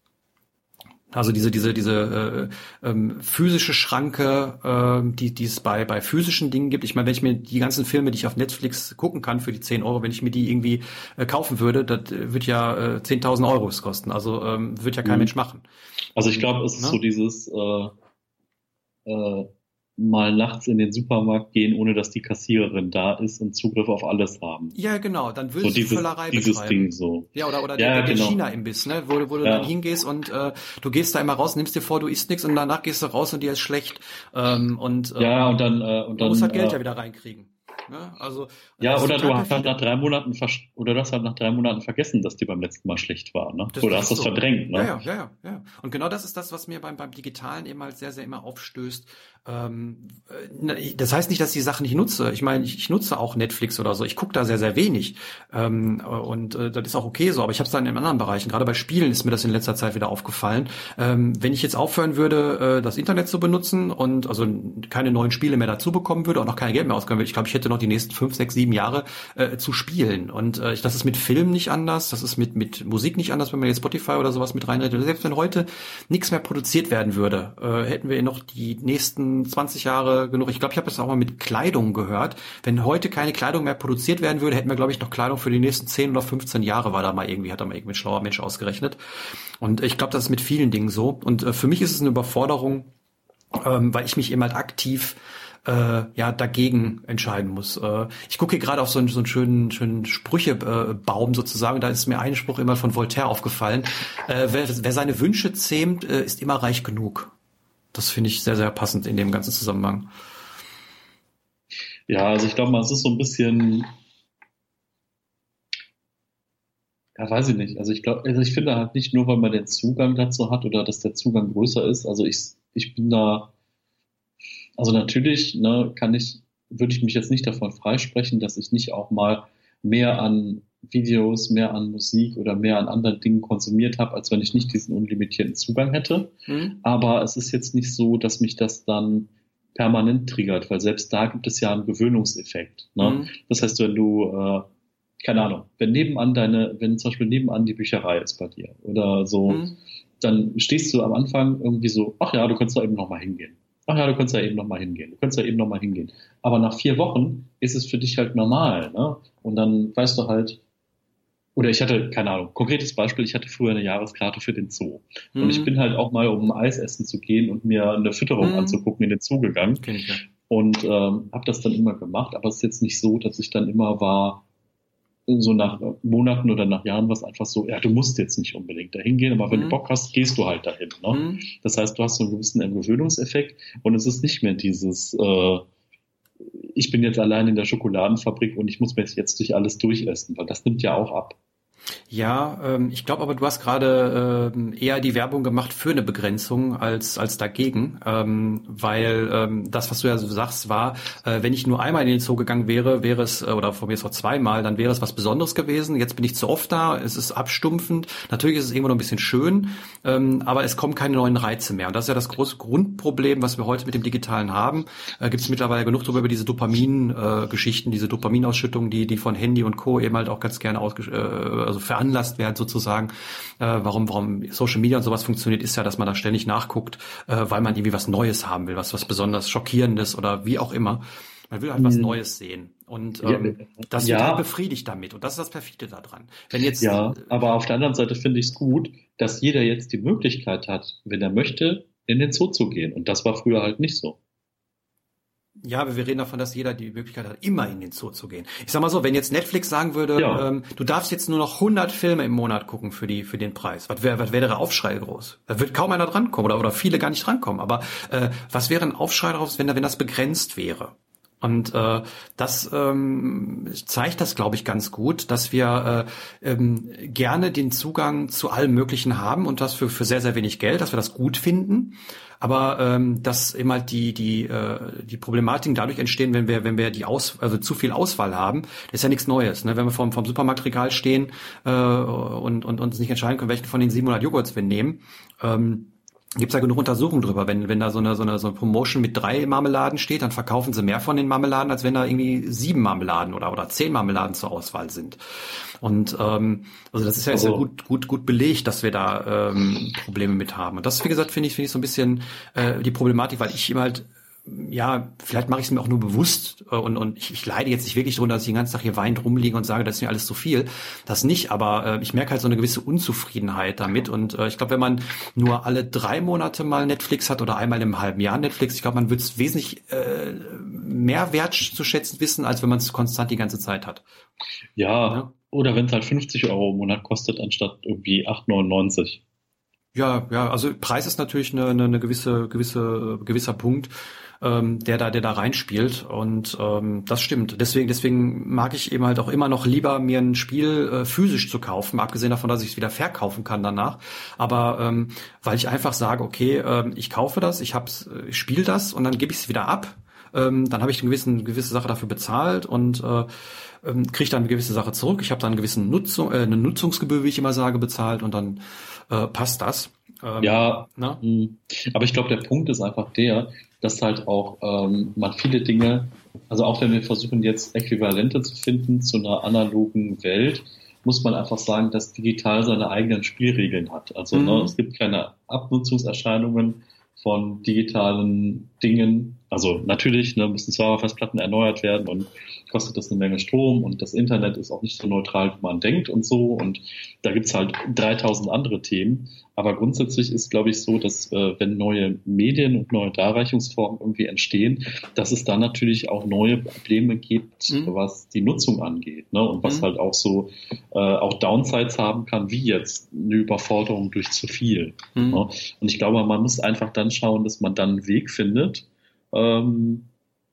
Also diese diese diese äh, ähm, physische Schranke, äh, die die es bei bei physischen Dingen gibt. Ich meine, wenn ich mir die ganzen Filme, die ich auf Netflix gucken kann für die zehn Euro, wenn ich mir die irgendwie äh, kaufen würde, das wird ja äh, zehntausend Euro kosten. Also ähm, wird ja kein mhm. Mensch machen. Also ich glaube, es ist ja? so dieses äh, äh, mal nachts in den Supermarkt gehen, ohne dass die Kassiererin da ist und Zugriff auf alles haben. Ja, genau, dann willst so du dieses, Völlerei dieses betreiben. Ding so. Ja, oder oder ja, der, der genau. China-Imbiss, ne, wo, wo du ja. dann hingehst und äh, du gehst da immer raus, nimmst dir vor, du isst nichts und danach gehst du raus und dir ist schlecht. Ähm, und, ähm, ja, und dann äh, und du dann musst halt Geld äh, ja wieder reinkriegen. Ne? Also ja, oder du hast halt nach drei Monaten vers- oder du hast halt nach drei Monaten vergessen, dass dir beim letzten Mal schlecht war, ne? Das oder hast du es so. verdrängt, ne? Ja, ja, ja, ja, ja. Und genau das ist das, was mir beim beim Digitalen eben halt sehr, sehr immer aufstößt. Ähm, das heißt nicht, dass ich die Sachen nicht nutze. Ich meine, ich, ich nutze auch Netflix oder so. Ich gucke da sehr, sehr wenig. Ähm, und äh, das ist auch okay so. Aber ich habe es dann in anderen Bereichen. Gerade bei Spielen ist mir das in letzter Zeit wieder aufgefallen. Ähm, wenn ich jetzt aufhören würde, äh, das Internet zu benutzen und also keine neuen Spiele mehr dazu bekommen würde und auch kein Geld mehr ausgeben würde, ich glaube, ich hätte noch die nächsten fünf, sechs, sieben Jahre äh, zu spielen. Und äh, das ist mit Film nicht anders. Das ist mit mit Musik nicht anders, wenn man jetzt Spotify oder sowas mit reinredet. Selbst wenn heute nichts mehr produziert werden würde, äh, hätten wir noch die nächsten zwanzig Jahre genug. Ich glaube, ich habe das auch mal mit Kleidung gehört. Wenn heute keine Kleidung mehr produziert werden würde, hätten wir, glaube ich, noch Kleidung für die nächsten zehn oder fünfzehn Jahre, war da mal irgendwie, hat da mal irgendwie ein schlauer Mensch ausgerechnet. Und ich glaube, das ist mit vielen Dingen so. Und äh, für mich ist es eine Überforderung, ähm, weil ich mich eben halt aktiv äh, ja dagegen entscheiden muss. Äh, ich gucke hier gerade auf so einen, so einen schönen, schönen Sprüchebaum äh, sozusagen. Da ist mir ein Spruch immer von Voltaire aufgefallen. Äh, wer, wer seine Wünsche zähmt, äh, ist immer reich genug. Das finde ich sehr, sehr passend in dem ganzen Zusammenhang. Ja, also ich glaube mal, es ist so ein bisschen, ja, weiß ich nicht. Also ich glaube, also ich finde halt nicht nur, weil man den Zugang dazu hat oder dass der Zugang größer ist. Also ich, ich bin da, also natürlich, ne, kann ich, würde ich mich jetzt nicht davon freisprechen, dass ich nicht auch mal mehr an Videos, mehr an Musik oder mehr an anderen Dingen konsumiert habe, als wenn ich nicht diesen unlimitierten Zugang hätte. Mhm. Aber es ist jetzt nicht so, dass mich das dann permanent triggert, weil selbst da gibt es ja einen Gewöhnungseffekt. Ne? Mhm. Das heißt, wenn du, äh, keine Ahnung, wenn nebenan deine, wenn zum Beispiel nebenan die Bücherei ist bei dir oder so, mhm. dann stehst du am Anfang irgendwie so, ach ja, du kannst da eben noch mal hingehen. Ach ja, du kannst da eben noch mal hingehen. Du kannst da eben noch mal hingehen. Aber nach vier Wochen ist es für dich halt normal, ne? Und dann weißt du halt, oder ich hatte, keine Ahnung, konkretes Beispiel, ich hatte früher eine Jahreskarte für den Zoo. Mhm. Und ich bin halt auch mal, um Eis essen zu gehen und mir eine Fütterung Mhm. anzugucken, in den Zoo gegangen. Kenn ich, ja. Und ähm, habe das dann immer gemacht, aber es ist jetzt nicht so, dass ich dann immer war, so nach Monaten oder nach Jahren war es einfach so, ja, du musst jetzt nicht unbedingt dahin gehen, aber wenn Mhm. du Bock hast, gehst du halt dahin. Ne? Mhm. Das heißt, du hast so einen gewissen Gewöhnungseffekt und es ist nicht mehr dieses, äh, ich bin jetzt allein in der Schokoladenfabrik und ich muss mir jetzt durch alles durchessen, weil das nimmt ja auch ab. Ja, ähm, ich glaube aber, du hast gerade ähm, eher die Werbung gemacht für eine Begrenzung als als dagegen, ähm, weil ähm, das, was du ja so sagst, war, äh, wenn ich nur einmal in den Zoo gegangen wäre, wäre es, äh, oder von mir ist auch zweimal, dann wäre es was Besonderes gewesen. Jetzt bin ich zu oft da, es ist abstumpfend. Natürlich ist es irgendwo noch ein bisschen schön, ähm, aber es kommen keine neuen Reize mehr. Und das ist ja das große Grundproblem, was wir heute mit dem Digitalen haben. Äh, Gibt es mittlerweile genug darüber, über diese Dopamin-Geschichten, äh, diese Dopaminausschüttung, die die von Handy und Co. eben halt auch ganz gerne ausgesch- äh, also veranlasst werden sozusagen. Äh, warum, warum Social Media und sowas funktioniert, ist ja, dass man da ständig nachguckt, äh, weil man irgendwie was Neues haben will, was was besonders Schockierendes oder wie auch immer. Man will halt was Neues sehen. Und ähm, Ja, das wird ja. halt befriedigt damit. Und das ist das Perfide daran. Wenn jetzt, Ja, aber auf der anderen Seite finde ich es gut, dass jeder jetzt die Möglichkeit hat, wenn er möchte, in den Zoo zu gehen. Und das war früher halt nicht so. Ja, aber wir reden davon, dass jeder die Möglichkeit hat, immer in den Zoo zu gehen. Ich sag mal so, wenn jetzt Netflix sagen würde, Ja. ähm, du darfst jetzt nur noch hundert Filme im Monat gucken für die für den Preis, was wäre was wäre der Aufschrei groß? Da wird kaum einer drankommen oder oder viele gar nicht drankommen. Aber äh, was wäre ein Aufschrei daraus, wenn da wenn das begrenzt wäre? Und äh, das ähm, zeigt das, glaube ich, ganz gut, dass wir äh, ähm, gerne den Zugang zu allem Möglichen haben und das für für sehr, sehr wenig Geld, dass wir das gut finden. Aber ähm, dass eben halt die die äh, die Problematiken dadurch entstehen, wenn wir wenn wir die Aus also zu viel Auswahl haben, das ist ja nichts Neues. Ne? Wenn wir vom vom Supermarktregal stehen äh, und und uns nicht entscheiden können, welchen von den siebenhundert Joghurts wir nehmen. Ähm, Gibt's ja genug Untersuchungen drüber, wenn wenn da so eine so eine so eine Promotion mit drei Marmeladen steht, dann verkaufen sie mehr von den Marmeladen, als wenn da irgendwie sieben Marmeladen oder oder zehn Marmeladen zur Auswahl sind. Und ähm, also das ist ja, also, ist ja gut gut gut belegt, dass wir da ähm, Probleme mit haben. Und das, wie gesagt, finde ich finde ich so ein bisschen äh, die Problematik, weil ich immer halt ja, vielleicht mache ich es mir auch nur bewusst äh, und und ich, ich leide jetzt nicht wirklich darunter, dass ich den ganzen Tag hier weinend rumliege und sage, das ist mir alles zu viel. Das nicht, aber äh, ich merke halt so eine gewisse Unzufriedenheit damit und äh, ich glaube, wenn man nur alle drei Monate mal Netflix hat oder einmal im halben Jahr Netflix, ich glaube, man wird es wesentlich äh, mehr wert zu schätzen wissen, als wenn man es konstant die ganze Zeit hat. Ja, Ja. oder wenn es halt fünfzig Euro im Monat kostet, anstatt irgendwie acht neunundneunzig. Ja, ja, also Preis ist natürlich eine, eine, eine gewisse, gewisse, gewisser Punkt, ähm, der da, der da reinspielt und ähm, das stimmt. Deswegen, deswegen mag ich eben halt auch immer noch lieber mir ein Spiel äh, physisch zu kaufen, abgesehen davon, dass ich es wieder verkaufen kann danach. Aber ähm, weil ich einfach sage, okay, ähm, ich kaufe das, ich hab's, ich spiele das und dann gebe ich es wieder ab. Ähm, dann habe ich eine gewisse, eine gewisse Sache dafür bezahlt und äh, ähm, kriege dann eine gewisse Sache zurück. Ich habe dann eine gewisse Nutzung, äh, eine Nutzungsgebühr, wie ich immer sage, bezahlt und dann äh, passt das. Ähm, Ja, na? mh. aber ich glaube, der Punkt ist einfach der, dass halt auch ähm, man viele Dinge, also auch wenn wir versuchen jetzt Äquivalente zu finden zu einer analogen Welt, muss man einfach sagen, dass digital seine eigenen Spielregeln hat. Also Mhm. ne, es gibt keine Abnutzungserscheinungen von digitalen Dingen. Also natürlich ne, müssen Serverfestplatten erneuert werden und kostet das eine Menge Strom und das Internet ist auch nicht so neutral, wie man denkt und so. Und da gibt's halt dreitausend andere Themen. Aber grundsätzlich ist, glaube ich, so, dass äh, wenn neue Medien und neue Darreichungsformen irgendwie entstehen, dass es dann natürlich auch neue Probleme gibt, Mhm. was die Nutzung angeht. Ne? Und was Mhm. halt auch so äh, auch Downsides haben kann, wie jetzt eine Überforderung durch zu viel. Mhm. Ne? Und ich glaube, man muss einfach dann schauen, dass man dann einen Weg findet, ähm,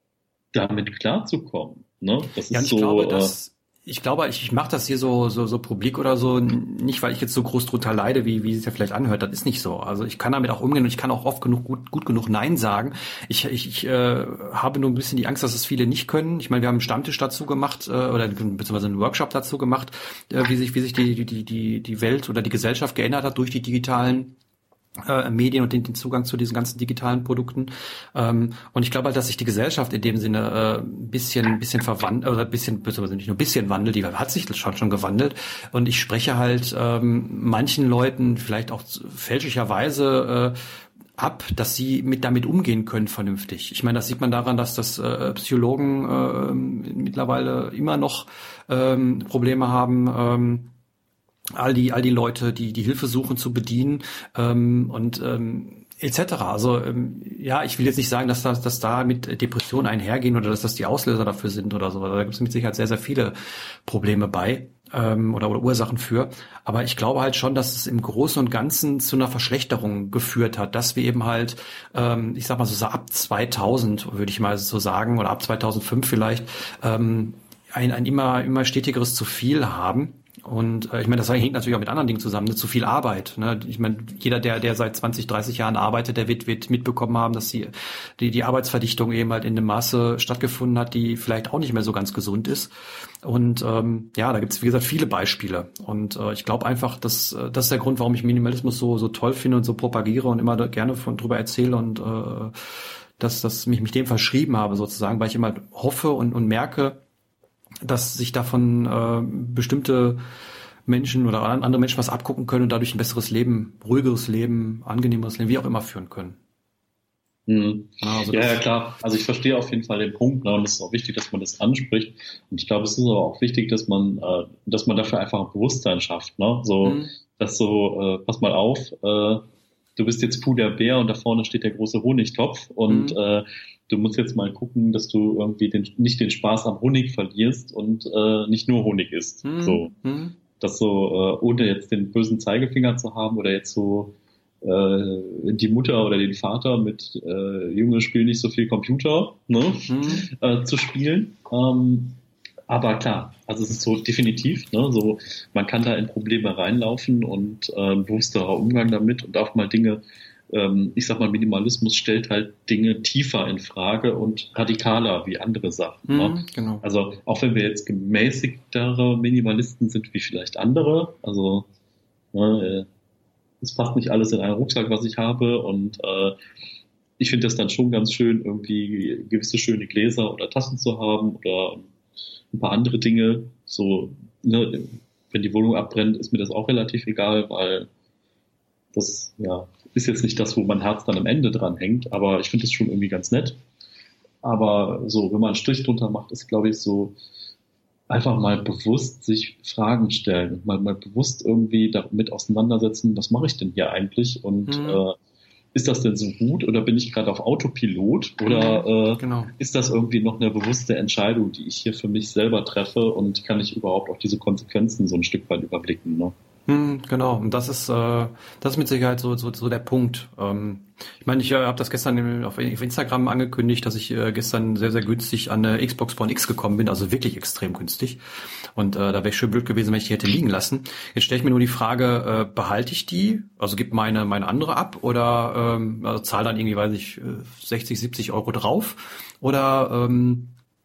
damit klarzukommen. Ne? Das Ja, und ist ich so, glaube, äh, dass ich glaube, ich, ich mache das hier so so so publik oder so, nicht weil ich jetzt so groß drunter leide, wie wie es ja vielleicht anhört. Das ist nicht so. Also ich kann damit auch umgehen und ich kann auch oft genug gut gut genug Nein sagen. Ich ich, ich äh, habe nur ein bisschen die Angst, dass es viele nicht können. Ich meine, wir haben einen Stammtisch dazu gemacht äh, oder beziehungsweise einen Workshop dazu gemacht, äh, wie sich wie sich die die die die Welt oder die Gesellschaft geändert hat durch die digitalen äh, Medien und den, den Zugang zu diesen ganzen digitalen Produkten. Ähm, und ich glaube halt, dass sich die Gesellschaft in dem Sinne äh, ein bisschen, ein bisschen verwandelt, oder ein bisschen, beziehungsweise nicht nur ein bisschen wandelt, die hat sich schon schon gewandelt. Und ich spreche halt ähm, manchen Leuten vielleicht auch fälschlicherweise äh, ab, dass sie mit damit umgehen können vernünftig. Ich meine, das sieht man daran, dass das äh, Psychologen äh, mittlerweile immer noch ähm, Probleme haben, ähm, all die all die Leute, die die Hilfe suchen, zu bedienen ähm, und ähm, et cetera. Also ähm, ja, ich will jetzt nicht sagen, dass das dass da mit Depressionen einhergehen oder dass das die Auslöser dafür sind oder so. Da gibt es mit Sicherheit sehr, sehr viele Probleme bei ähm, oder, oder Ursachen für. Aber ich glaube halt schon, dass es im Großen und Ganzen zu einer Verschlechterung geführt hat, dass wir eben halt, ähm, ich sag mal so, so ab zweitausend, würde ich mal so sagen, oder ab zweitausendfünf vielleicht, ähm, ein, ein immer immer stetigeres zu viel haben. Und äh, ich meine, das hängt natürlich auch mit anderen Dingen zusammen, ne? Zu viel Arbeit. Ne? Ich meine, jeder, der der seit zwanzig, dreißig Jahren arbeitet, der wird wird mitbekommen haben, dass die die, die Arbeitsverdichtung eben halt in dem Maße stattgefunden hat, die vielleicht auch nicht mehr so ganz gesund ist. Und ähm, ja, da gibt es, wie gesagt, viele Beispiele. Und äh, ich glaube einfach, dass äh, das ist der Grund, warum ich Minimalismus so so toll finde und so propagiere und immer da gerne von drüber erzähle und äh, dass dass mich mich dem verschrieben habe sozusagen, weil ich immer hoffe und und merke, dass sich davon äh, bestimmte Menschen oder andere Menschen was abgucken können und dadurch ein besseres Leben, ruhigeres Leben, angenehmeres Leben, wie auch immer führen können. Mhm. Also ja, ja, klar. Also ich verstehe auf jeden Fall den Punkt, ne, und es ist auch wichtig, dass man das anspricht. Und ich glaube, es ist aber auch wichtig, dass man, äh, dass man dafür einfach ein Bewusstsein schafft, ne? So, mhm. dass so, äh, pass mal auf, äh, du bist jetzt Puder Bär und da vorne steht der große Honigtopf und mhm. äh, du musst jetzt mal gucken, dass du irgendwie den, nicht den Spaß am Honig verlierst und äh, nicht nur Honig isst. Mhm. So, das so, äh, ohne jetzt den bösen Zeigefinger zu haben oder jetzt so äh, die Mutter oder den Vater mit äh, Junge, spiel nicht so viel Computer, ne, mhm. äh, zu spielen. Ähm, aber klar, also es ist so definitiv, ne, so man kann da in Probleme reinlaufen und äh, ein bewussterer Umgang damit und auch mal Dinge, ich sag mal, Minimalismus stellt halt Dinge tiefer in Frage und radikaler wie andere Sachen. Mhm, ne? Genau. Also auch wenn wir jetzt gemäßigtere Minimalisten sind wie vielleicht andere, also ne, es passt nicht alles in einen Rucksack, was ich habe und äh, ich finde das dann schon ganz schön, irgendwie gewisse schöne Gläser oder Tassen zu haben oder ein paar andere Dinge. So, ne, wenn die Wohnung abbrennt, ist mir das auch relativ egal, weil das, ja, ist jetzt nicht das, wo mein Herz dann am Ende dran hängt, aber ich finde das schon irgendwie ganz nett. Aber so, wenn man einen Strich drunter macht, ist, glaube ich, so einfach mal bewusst sich Fragen stellen und mal, mal bewusst irgendwie damit auseinandersetzen, was mache ich denn hier eigentlich und mhm. äh, ist das denn so gut oder bin ich gerade auf Autopilot oder äh, genau. ist das irgendwie noch eine bewusste Entscheidung, die ich hier für mich selber treffe und kann ich überhaupt auch diese Konsequenzen so ein Stück weit überblicken, ne? Hm, genau, und das ist äh, das ist mit Sicherheit so so, so der Punkt. Ähm, ich meine, ich äh, habe das gestern auf Instagram angekündigt, dass ich äh, gestern sehr, sehr günstig an eine Xbox One X gekommen bin, also wirklich extrem günstig. Und äh, da wäre ich schön blöd gewesen, wenn ich die hätte liegen lassen. Jetzt stelle ich mir nur die Frage, äh, behalte ich die, also gib meine meine andere ab oder ähm, also zahle dann irgendwie, weiß ich, sechzig, siebzig Euro drauf oder ähm,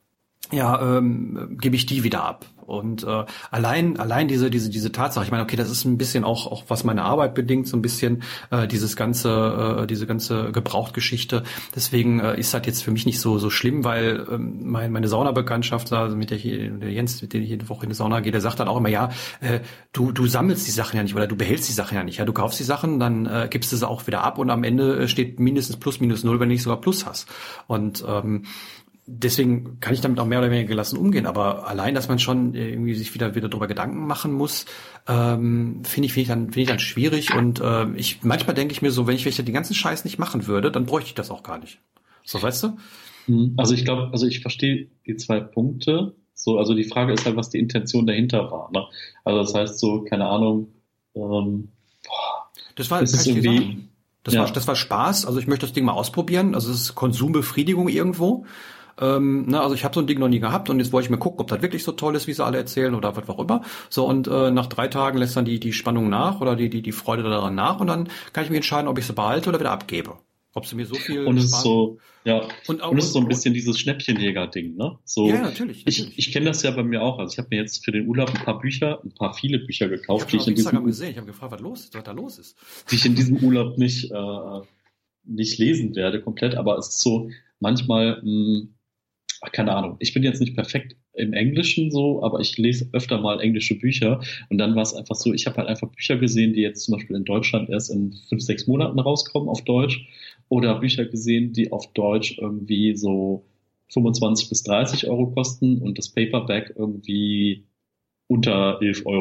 ja, ähm, gebe ich die wieder ab. Und äh, allein allein diese diese diese Tatsache, ich meine, okay, das ist ein bisschen auch auch was meine Arbeit bedingt, so ein bisschen äh, dieses ganze äh, diese ganze Gebrauchtgeschichte. Deswegen äh, ist das jetzt für mich nicht so so schlimm, weil ähm, mein, meine Saunabekanntschaft, also mit der, hier, der Jens, mit der ich jede Woche in die Sauna gehe, der sagt dann auch immer, ja, äh, du du sammelst die Sachen ja nicht oder du behältst die Sachen ja nicht. Ja, du kaufst die Sachen, dann äh, gibst du sie auch wieder ab und am Ende steht mindestens plus minus null, wenn du nicht sogar plus hast. Und ähm, deswegen kann ich damit auch mehr oder weniger gelassen umgehen, aber allein, dass man schon irgendwie sich wieder wieder darüber Gedanken machen muss, ähm, finde ich finde ich dann finde ich dann schwierig und äh, ich manchmal denke ich mir so, wenn ich, wenn ich den ganzen Scheiß nicht machen würde, dann bräuchte ich das auch gar nicht. So, weißt du? Also ich glaube, also ich verstehe die zwei Punkte. So, also die Frage ist halt, was die Intention dahinter war. Ne? Also das heißt so, keine Ahnung. Ähm, boah, das war, das ist irgendwie. Das, ja. war, das war Spaß, also ich möchte das Ding mal ausprobieren, also es ist Konsumbefriedigung irgendwo. Ähm, ne, also ich habe so ein Ding noch nie gehabt und jetzt wollte ich mir gucken, ob das wirklich so toll ist, wie sie alle erzählen oder was auch immer. So und äh, nach drei Tagen lässt dann die die Spannung nach oder die die die Freude daran nach und dann kann ich mir entscheiden, ob ich sie behalte oder wieder abgebe. Ob sie mir so viel und es ist so ja und, auch, und es ist so ein bisschen dieses Schnäppchenjäger-Ding, ne? So ja natürlich. natürlich. Ich ich kenne das ja bei mir auch. Also ich habe mir jetzt für den Urlaub ein paar Bücher, ein paar viele Bücher gekauft, ich die ich in Instagram diesem gesehen. Ich habe gefragt, was los ist, was da los ist. Die ich in diesem Urlaub nicht äh, nicht lesen werde komplett, aber es ist so manchmal mh, keine Ahnung, ich bin jetzt nicht perfekt im Englischen so, aber ich lese öfter mal englische Bücher und dann war es einfach so, ich habe halt einfach Bücher gesehen, die jetzt zum Beispiel in Deutschland erst in fünf, sechs Monaten rauskommen auf Deutsch oder Bücher gesehen, die auf Deutsch irgendwie so fünfundzwanzig bis dreißig Euro kosten und das Paperback irgendwie unter elf Euro.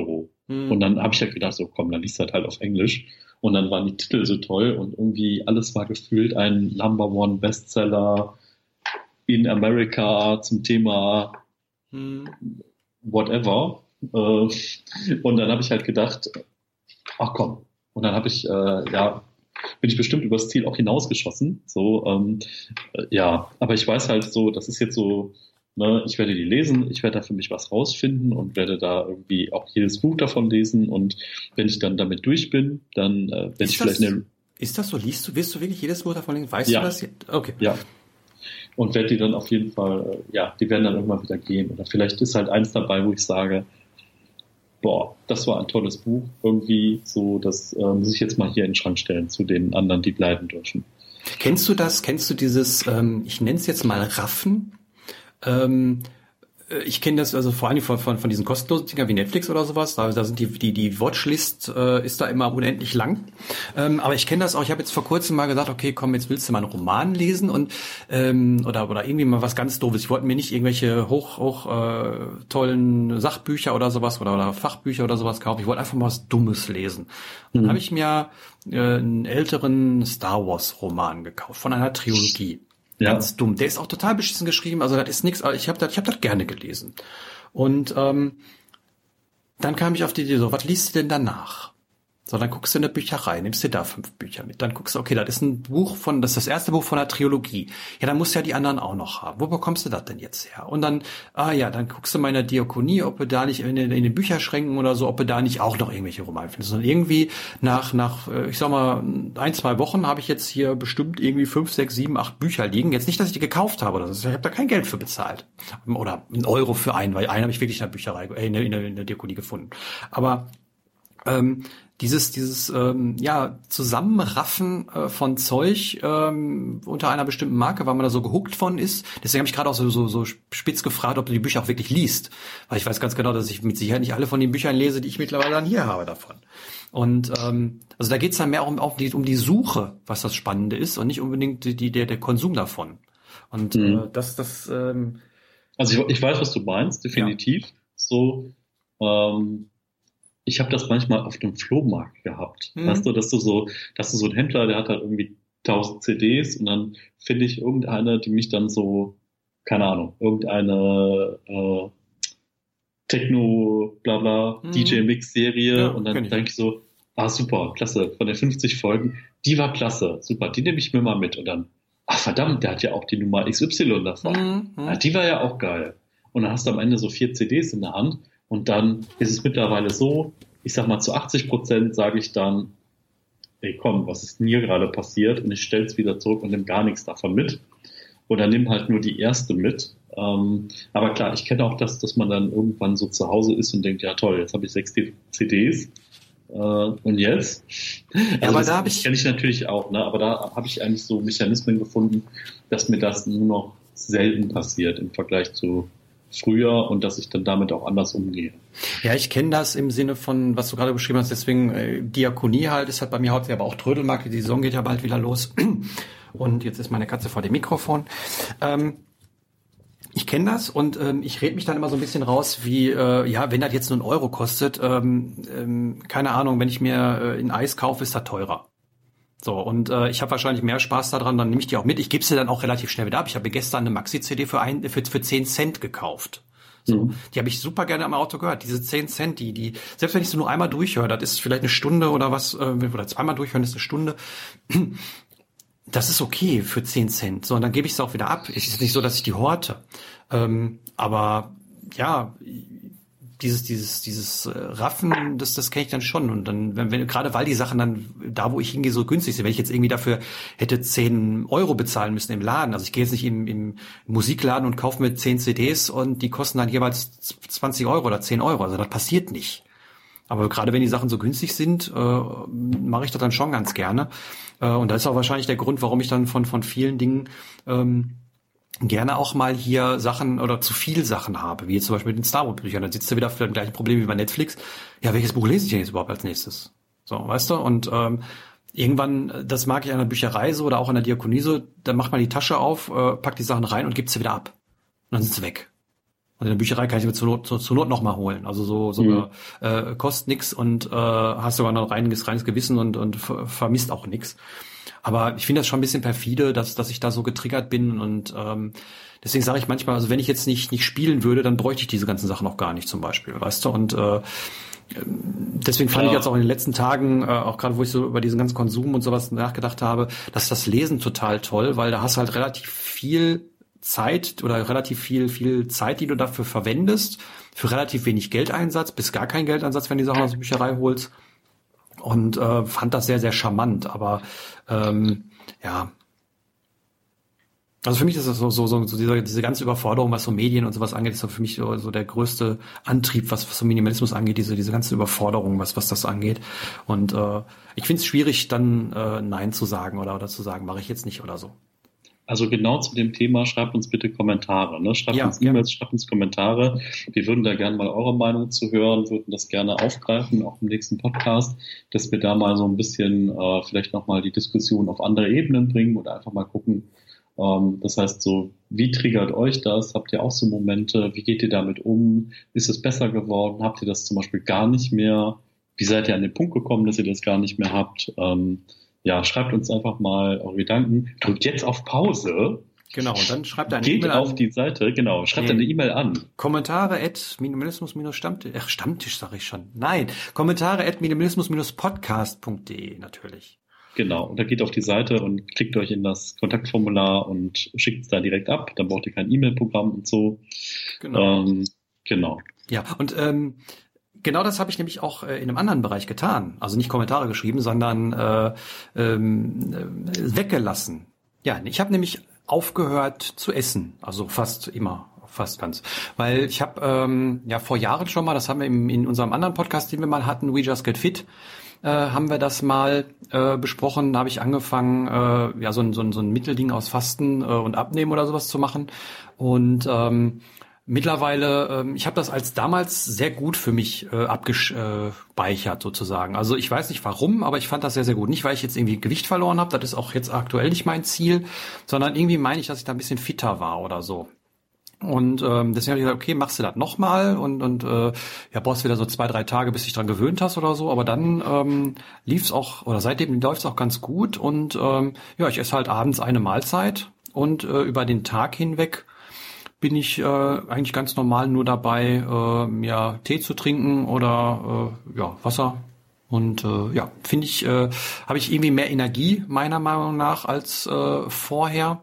Mhm. Und dann habe ich halt gedacht, so komm, dann liest halt halt auf Englisch. Und dann waren die Titel so toll und irgendwie alles war gefühlt ein Number One Bestseller in America zum Thema hm. whatever. Und dann habe ich halt gedacht, ach komm. Und dann habe ich, äh, ja, bin ich bestimmt übers Ziel auch hinausgeschossen. So, ähm, ja, aber ich weiß halt so, das ist jetzt so, ne, ich werde die lesen, ich werde da für mich was rausfinden und werde da irgendwie auch jedes Buch davon lesen und wenn ich dann damit durch bin, dann äh, werde ich vielleicht eine... Ist das so? Liest du, wirst du wirklich jedes Buch davon lesen? Weißt ja. du das? Okay. Ja. Und werde die dann auf jeden Fall, äh, ja, die werden dann irgendwann wieder gehen. Oder vielleicht ist halt eins dabei, wo ich sage, boah, das war ein tolles Buch. Irgendwie so, das äh, muss ich jetzt mal hier in den Schrank stellen zu den anderen, die bleiben dürfen. Kennst du das? Kennst du dieses, ähm, ich nenne es jetzt mal Raffen? Ähm, ich kenne das also vor allem von, von, von diesen kostenlosen Dinger wie Netflix oder sowas. Da, da sind die, die, die Watchlist äh, ist da immer unendlich lang. Ähm, aber ich kenne das auch. Ich habe jetzt vor kurzem mal gesagt, okay, komm, jetzt willst du mal einen Roman lesen und ähm, oder oder irgendwie mal was ganz Doofes. Ich wollte mir nicht irgendwelche hoch hoch äh, tollen Sachbücher oder sowas oder, oder Fachbücher oder sowas kaufen. Ich wollte einfach mal was Dummes lesen. Und dann mhm. habe ich mir äh, einen älteren Star Wars Roman gekauft von einer Trilogie. Ja. Ganz dumm. Der ist auch total beschissen geschrieben. Also das ist nichts. Ich habe das, ich habe das gerne gelesen. Und ähm, dann kam ich auf die Idee, so, was liest du denn danach? So, dann guckst du in eine Bücherei, nimmst dir da fünf Bücher mit. Dann guckst du, okay, das ist ein Buch von, das ist das erste Buch von einer Trilogie. Ja, dann musst du ja die anderen auch noch haben. Wo bekommst du das denn jetzt her? Und dann, ah ja, dann guckst du mal in der Diakonie, ob du da nicht in den, in den Bücherschränken oder so, ob du da nicht auch noch irgendwelche Romane findest. Und irgendwie nach, nach, ich sag mal, ein, zwei Wochen habe ich jetzt hier bestimmt irgendwie fünf, sechs, sieben, acht Bücher liegen. Jetzt nicht, dass ich die gekauft habe oder so. Ich habe da kein Geld für bezahlt. Oder einen Euro für einen, weil einen habe ich wirklich in der Bücherei, äh, in der, in der, in der Diakonie gefunden. Aber, ähm, Dieses, dieses ähm, ja Zusammenraffen äh, von Zeug ähm, unter einer bestimmten Marke, weil man da so gehuckt von ist. Deswegen habe ich gerade auch so, so so spitz gefragt, ob du die Bücher auch wirklich liest, weil ich weiß ganz genau, dass ich mit Sicherheit nicht alle von den Büchern lese, die ich mittlerweile dann hier habe davon. Und ähm, also da geht's dann mehr um, um, die, um die Suche, was das Spannende ist, und nicht unbedingt die, die der der Konsum davon. Und mhm. äh, das das ähm, also ich, ich weiß, was du meinst, definitiv. Ja. So ähm, ich habe das manchmal auf dem Flohmarkt gehabt. Mhm. Weißt du, dass du so, dass du so ein Händler, der hat halt irgendwie tausend C Ds und dann finde ich irgendeine, die mich dann so, keine Ahnung, irgendeine äh, Techno, bla bla, mhm. D J-Mix-Serie ja, und dann denke ich so, ah super, klasse, von den fünfzig Folgen, die war klasse, super, die nehme ich mir mal mit und dann, ach verdammt, der hat ja auch die Nummer X Y davon. Mhm. Ja, die war ja auch geil. Und dann hast du am Ende so vier C Ds in der Hand. Und dann ist es mittlerweile so, ich sag mal zu achtzig Prozent sage ich dann, ey komm, was ist denn hier gerade passiert? Und ich stelle es wieder zurück und nehme gar nichts davon mit. Oder nimm halt nur die erste mit. Ähm, aber klar, ich kenne auch das, dass man dann irgendwann so zu Hause ist und denkt, ja toll, jetzt habe ich sechs C Ds. Äh, und jetzt? Also ja, aber das, da habe ich... Das kenne ich natürlich auch, ne? Aber da habe ich eigentlich so Mechanismen gefunden, dass mir das nur noch selten passiert im Vergleich zu früher und dass ich dann damit auch anders umgehe. Ja, ich kenne das im Sinne von, was du gerade beschrieben hast, deswegen äh, Diakonie halt, ist halt bei mir hauptsächlich, aber auch Trödelmarkt, die Saison geht ja bald wieder los. Und jetzt ist meine Katze vor dem Mikrofon. Ähm, ich kenne das und ähm, ich rede mich dann immer so ein bisschen raus, wie, äh, ja, wenn das jetzt nur einen Euro kostet, ähm, ähm, keine Ahnung, wenn ich mir äh, ein Eis kaufe, ist das teurer. So, und äh, ich habe wahrscheinlich mehr Spaß daran, dann nehme ich die auch mit. Ich gebe sie dann auch relativ schnell wieder ab. Ich habe mir gestern eine Maxi-C D für, ein, für, für zehn Cent gekauft. So, mhm. Die habe ich super gerne am Auto gehört. Diese zehn Cent, die, die, selbst wenn ich sie nur einmal durchhöre, das ist vielleicht eine Stunde oder was, äh, oder zweimal durchhören ist eine Stunde. Das ist okay für zehn Cent. So, und dann gebe ich es auch wieder ab. Es ist nicht so, dass ich die horte. Ähm, aber ja, dieses dieses dieses äh, Raffen, das das kenne ich dann schon. Und dann, wenn, wenn gerade weil die Sachen dann da, wo ich hingehe, so günstig sind, wenn ich jetzt irgendwie dafür hätte zehn Euro bezahlen müssen im Laden, also ich gehe jetzt nicht im, im Musikladen und kaufe mir zehn C Ds und die kosten dann jeweils zwanzig Euro oder zehn Euro, also das passiert nicht. Aber gerade wenn die Sachen so günstig sind, äh, mache ich das dann schon ganz gerne. Äh, und das ist auch wahrscheinlich der Grund, warum ich dann von von vielen Dingen ähm, gerne auch mal hier Sachen oder zu viel Sachen habe, wie jetzt zum Beispiel mit den Star Wars Büchern. Dann sitzt du wieder für dem gleichen Problem wie bei Netflix. Ja, welches Buch lese ich denn jetzt überhaupt als nächstes? So, weißt du? Und ähm, irgendwann, das mag ich an der Bücherei so oder auch an der Diakonie so, dann macht man die Tasche auf, äh, packt die Sachen rein und gibt sie wieder ab. Und dann sind sie weg. Und Und in der Bücherei kann ich mir zur Not, zur, zur Not noch mal holen. Also so, so mhm. äh, kostet nix und äh, hast sogar noch ein reines, reines Gewissen und, und ver- vermisst auch nix. Aber ich finde das schon ein bisschen perfide, dass, dass ich da so getriggert bin und ähm, deswegen sage ich manchmal, also wenn ich jetzt nicht, nicht spielen würde, dann bräuchte ich diese ganzen Sachen auch gar nicht zum Beispiel, weißt du? Und äh, deswegen fand ja. ich jetzt auch in den letzten Tagen, äh, auch gerade wo ich so über diesen ganzen Konsum und sowas nachgedacht habe, dass das Lesen total toll, weil da hast du halt relativ viel Zeit oder relativ viel viel Zeit, die du dafür verwendest, für relativ wenig Geldeinsatz, bis gar kein Geldeinsatz, wenn du die Sachen aus der Bücherei holst. Und äh, fand das sehr, sehr charmant. Aber ähm, ja, also für mich ist das so, so, so, so diese, diese ganze Überforderung, was so Medien und sowas angeht, ist so für mich so, so der größte Antrieb, was, was so Minimalismus angeht, diese diese ganze Überforderung, was was das angeht. Und äh, ich finde es schwierig, dann äh, Nein zu sagen oder oder zu sagen, mache ich jetzt nicht oder so. Also genau zu dem Thema, schreibt uns bitte Kommentare. Ne? Schreibt ja, uns E-Mails, ja. schreibt uns Kommentare. Wir würden da gerne mal eure Meinung zu hören, würden das gerne aufgreifen, auch im nächsten Podcast, dass wir da mal so ein bisschen äh, vielleicht nochmal die Diskussion auf andere Ebenen bringen oder einfach mal gucken. Ähm, das heißt so, wie triggert euch das? Habt ihr auch so Momente? Wie geht ihr damit um? Ist es besser geworden? Habt ihr das zum Beispiel gar nicht mehr? Wie seid ihr an den Punkt gekommen, dass ihr das gar nicht mehr habt? Ähm, Ja, schreibt uns einfach mal eure Gedanken. Drückt jetzt auf Pause. Genau, und dann schreibt eine Geht E-Mail auf an. die Seite, genau, schreibt nee. eine E-Mail an. Kommentare at minimalismus-stammtisch, ach, Stammtisch sag ich schon. Nein, Kommentare at minimalismus-podcast punkt de natürlich. Genau, und da geht auf die Seite und klickt euch in das Kontaktformular und schickt es da direkt ab. Dann braucht ihr kein E-Mail-Programm und so. Genau. Ähm, genau. Ja, und ähm, genau das habe ich nämlich auch äh, in einem anderen Bereich getan. Also nicht Kommentare geschrieben, sondern äh, ähm, äh, weggelassen. Ja, ich habe nämlich aufgehört zu essen. Also fast immer, fast ganz. Weil ich habe ähm, ja vor Jahren schon mal, das haben wir im, in unserem anderen Podcast, den wir mal hatten, We Just Get Fit, äh, haben wir das mal äh, besprochen. Da habe ich angefangen, äh, ja so ein, so ein, so ein Mittelding aus Fasten äh, und Abnehmen oder sowas zu machen. Und ähm, Mittlerweile, ähm, ich habe das als damals sehr gut für mich äh, abgespeichert sozusagen. Also ich weiß nicht warum, aber ich fand das sehr, sehr gut. Nicht, weil ich jetzt irgendwie Gewicht verloren habe, das ist auch jetzt aktuell nicht mein Ziel, sondern irgendwie meine ich, dass ich da ein bisschen fitter war oder so. Und ähm, deswegen habe ich gesagt, okay, machst du das nochmal und und äh, ja, brauchst wieder so zwei, drei Tage, bis du dich dran gewöhnt hast oder so. Aber dann ähm, lief's auch, oder seitdem läuft's auch ganz gut. Und ähm, ja, ich esse halt abends eine Mahlzeit und äh, über den Tag hinweg bin ich äh, eigentlich ganz normal nur dabei, äh, mir Tee zu trinken oder äh, ja Wasser. Und äh, ja, finde ich, äh, habe ich irgendwie mehr Energie meiner Meinung nach als äh, vorher.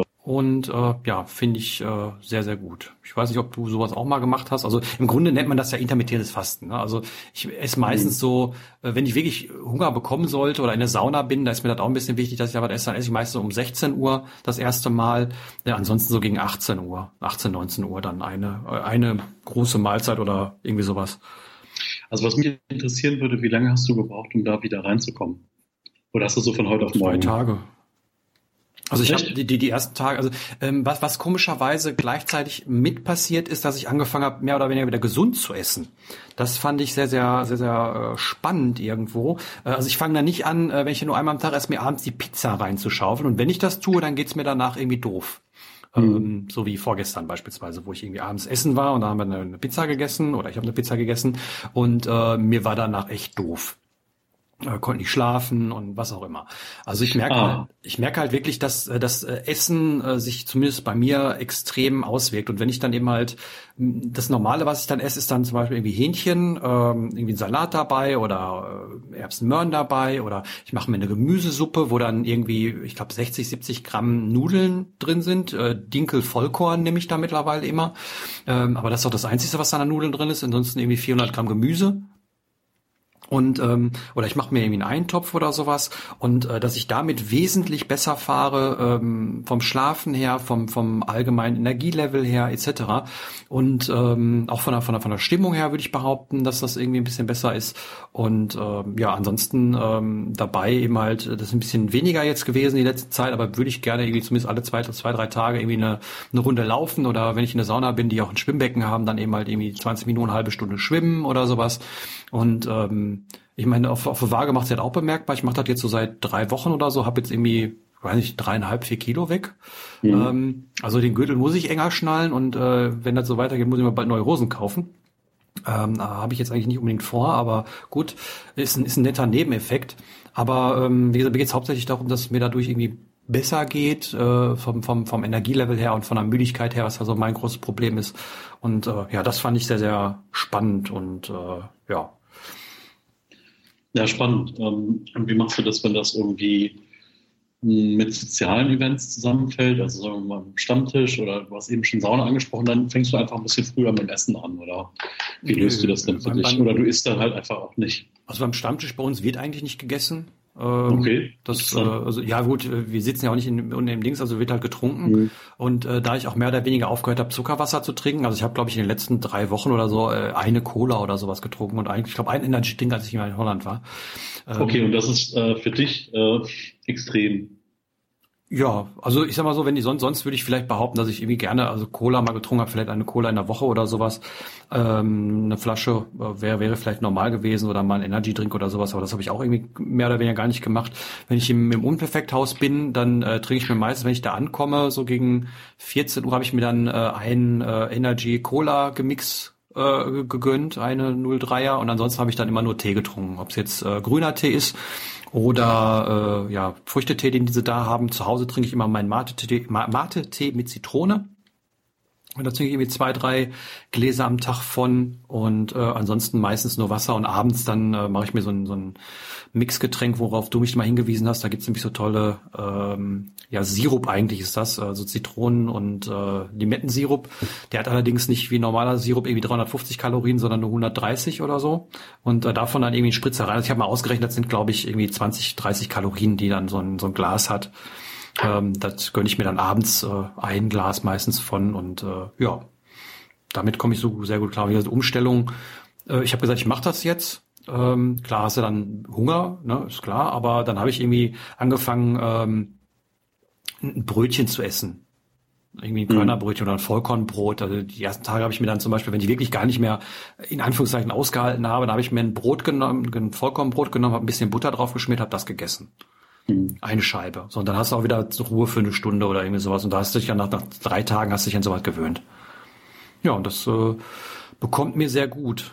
Und äh, ja, finde ich äh, sehr, sehr gut. Ich weiß nicht, ob du sowas auch mal gemacht hast. Also im Grunde nennt man das ja intermittierendes Fasten. Ne? Also ich esse meistens so, äh, wenn ich wirklich Hunger bekommen sollte oder in der Sauna bin, da ist mir das auch ein bisschen wichtig, dass ich da was esse. Dann esse ich meistens um sechzehn Uhr das erste Mal. Ja, ansonsten so gegen achtzehn Uhr, achtzehn, neunzehn Uhr dann eine äh, eine große Mahlzeit oder irgendwie sowas. Also was mich interessieren würde, wie lange hast du gebraucht, um da wieder reinzukommen? Oder hast du so von heute auf morgen? Zwei Tage. Also ich habe die, die die ersten Tage, also ähm, was was komischerweise gleichzeitig mit passiert ist, dass ich angefangen habe, mehr oder weniger wieder gesund zu essen. Das fand ich sehr sehr sehr sehr äh, spannend irgendwo. Äh, also ich fange da nicht an, äh, wenn ich nur einmal am Tag esse, mir abends die Pizza reinzuschaufeln, und wenn ich das tue, dann geht's mir danach irgendwie doof. Mhm. Ähm, so wie vorgestern beispielsweise, wo ich irgendwie abends essen war und da haben wir eine Pizza gegessen oder ich habe eine Pizza gegessen und äh, mir war danach echt doof. Äh, konnte nicht schlafen und was auch immer. Also ich merke, ah. halt, ich merke halt wirklich, dass das Essen äh, sich zumindest bei mir extrem auswirkt. Und wenn ich dann eben halt das Normale, was ich dann esse, ist dann zum Beispiel irgendwie Hähnchen, ähm, irgendwie ein Salat dabei oder äh, Erbsen-Möhren dabei oder ich mache mir eine Gemüsesuppe, wo dann irgendwie, ich glaube, sechzig, siebzig Gramm Nudeln drin sind. Äh, Dinkel-Vollkorn nehme ich da mittlerweile immer. Ähm, aber das ist doch das Einzige, was da an Nudeln drin ist. Ansonsten irgendwie vierhundert Gramm Gemüse. Und ähm, oder ich mache mir irgendwie einen Eintopf oder sowas und äh, dass ich damit wesentlich besser fahre ähm, vom Schlafen her, vom vom allgemeinen Energielevel her et cetera. Und ähm, auch von der von der von der Stimmung her würde ich behaupten, dass das irgendwie ein bisschen besser ist. Und ähm, ja, ansonsten ähm, dabei eben halt, das ist ein bisschen weniger jetzt gewesen die letzte Zeit, aber würde ich gerne irgendwie zumindest alle zwei zwei drei Tage irgendwie eine eine Runde laufen oder wenn ich in der Sauna bin, die auch ein Schwimmbecken haben, dann eben halt irgendwie zwanzig Minuten, eine halbe Stunde schwimmen oder sowas. Und ähm, ich meine, auf, auf der Waage macht es halt auch bemerkbar. Ich mache das jetzt so seit drei Wochen oder so, habe jetzt irgendwie, weiß nicht, dreieinhalb, vier Kilo weg. Mhm. Ähm, also den Gürtel muss ich enger schnallen und äh, wenn das so weitergeht, muss ich mir bald neue Hosen kaufen. Ähm, habe ich jetzt eigentlich nicht unbedingt vor, aber gut, ist ein, ist ein netter Nebeneffekt. Aber ähm, wie gesagt, mir geht es hauptsächlich darum, dass es mir dadurch irgendwie besser geht, äh, vom, vom, vom Energielevel her und von der Müdigkeit her, was also mein großes Problem ist. Und äh, ja, das fand ich sehr, sehr spannend und äh, ja. Ja, spannend. Ähm, und wie machst du das, wenn das irgendwie mit sozialen Events zusammenfällt, also sagen wir mal am Stammtisch oder du hast eben schon Sauna angesprochen, dann fängst du einfach ein bisschen früher mit dem Essen an, oder wie löst du das denn für dich? Oder du isst dann halt einfach auch nicht? Also beim Stammtisch bei uns wird eigentlich nicht gegessen. Ähm, okay. Das, äh, also ja gut, wir sitzen ja auch nicht in, in dem Dings, also wird halt getrunken. Mhm. Und äh, da ich auch mehr oder weniger aufgehört habe, Zuckerwasser zu trinken, also ich habe, glaube ich, in den letzten drei Wochen oder so äh, eine Cola oder sowas getrunken und eigentlich, ich glaube, ein Energy Drink, als ich in Holland war. Ähm, okay, und das ist äh, für dich äh, extrem. Ja, also ich sag mal so, wenn die sonst, sonst würde ich vielleicht behaupten, dass ich irgendwie gerne, also Cola mal getrunken habe, vielleicht eine Cola in der Woche oder sowas. Ähm, eine Flasche äh, wäre wäre vielleicht normal gewesen oder mal ein Energy-Drink oder sowas, aber das habe ich auch irgendwie mehr oder weniger gar nicht gemacht. Wenn ich im, im Unperfekthaus bin, dann äh, trinke ich mir meistens, wenn ich da ankomme, so gegen vierzehn Uhr habe ich mir dann äh, ein äh, Energy-Cola-Gemix äh, gegönnt, eine null Komma dreier und ansonsten habe ich dann immer nur Tee getrunken. Ob es jetzt äh, grüner Tee ist oder äh, ja Früchtetee, den diese da haben. Zu Hause trinke ich immer meinen Mate-Tee, Mate-Tee mit Zitrone. Und da trinke ich irgendwie zwei, drei Gläser am Tag von und äh, ansonsten meistens nur Wasser und abends dann äh, mache ich mir so ein, so ein Mixgetränk, worauf du mich mal hingewiesen hast. Da gibt's nämlich so tolle, ähm, ja Sirup eigentlich ist das, also Zitronen- und äh, Limettensirup. Der hat allerdings nicht wie normaler Sirup irgendwie dreihundertfünfzig Kalorien, sondern nur hundertdreißig oder so. Und äh, davon dann irgendwie ein Spritzer rein. Also ich habe mal ausgerechnet, das sind glaube ich irgendwie zwanzig, dreißig Kalorien, die dann so ein, so ein Glas hat. Ähm, das gönne ich mir dann abends äh, ein Glas meistens von und äh, ja, damit komme ich so sehr gut klar. Wie gesagt, Umstellung, äh, ich habe gesagt, ich mache das jetzt. Ähm, klar hast du dann Hunger, ne, ist klar, aber dann habe ich irgendwie angefangen, ähm, ein Brötchen zu essen. Irgendwie ein Körnerbrötchen oder ein Vollkornbrot. Also die ersten Tage habe ich mir dann zum Beispiel, wenn ich wirklich gar nicht mehr in Anführungszeichen ausgehalten habe, dann habe ich mir ein Brot genommen, ein Vollkornbrot genommen, habe ein bisschen Butter drauf geschmiert, habe das gegessen. Eine Scheibe. So, und dann hast du auch wieder Ruhe für eine Stunde oder irgendwie sowas. Und da hast du dich ja nach, nach drei Tagen hast du dich an sowas gewöhnt. Ja, und das äh, bekommt mir sehr gut.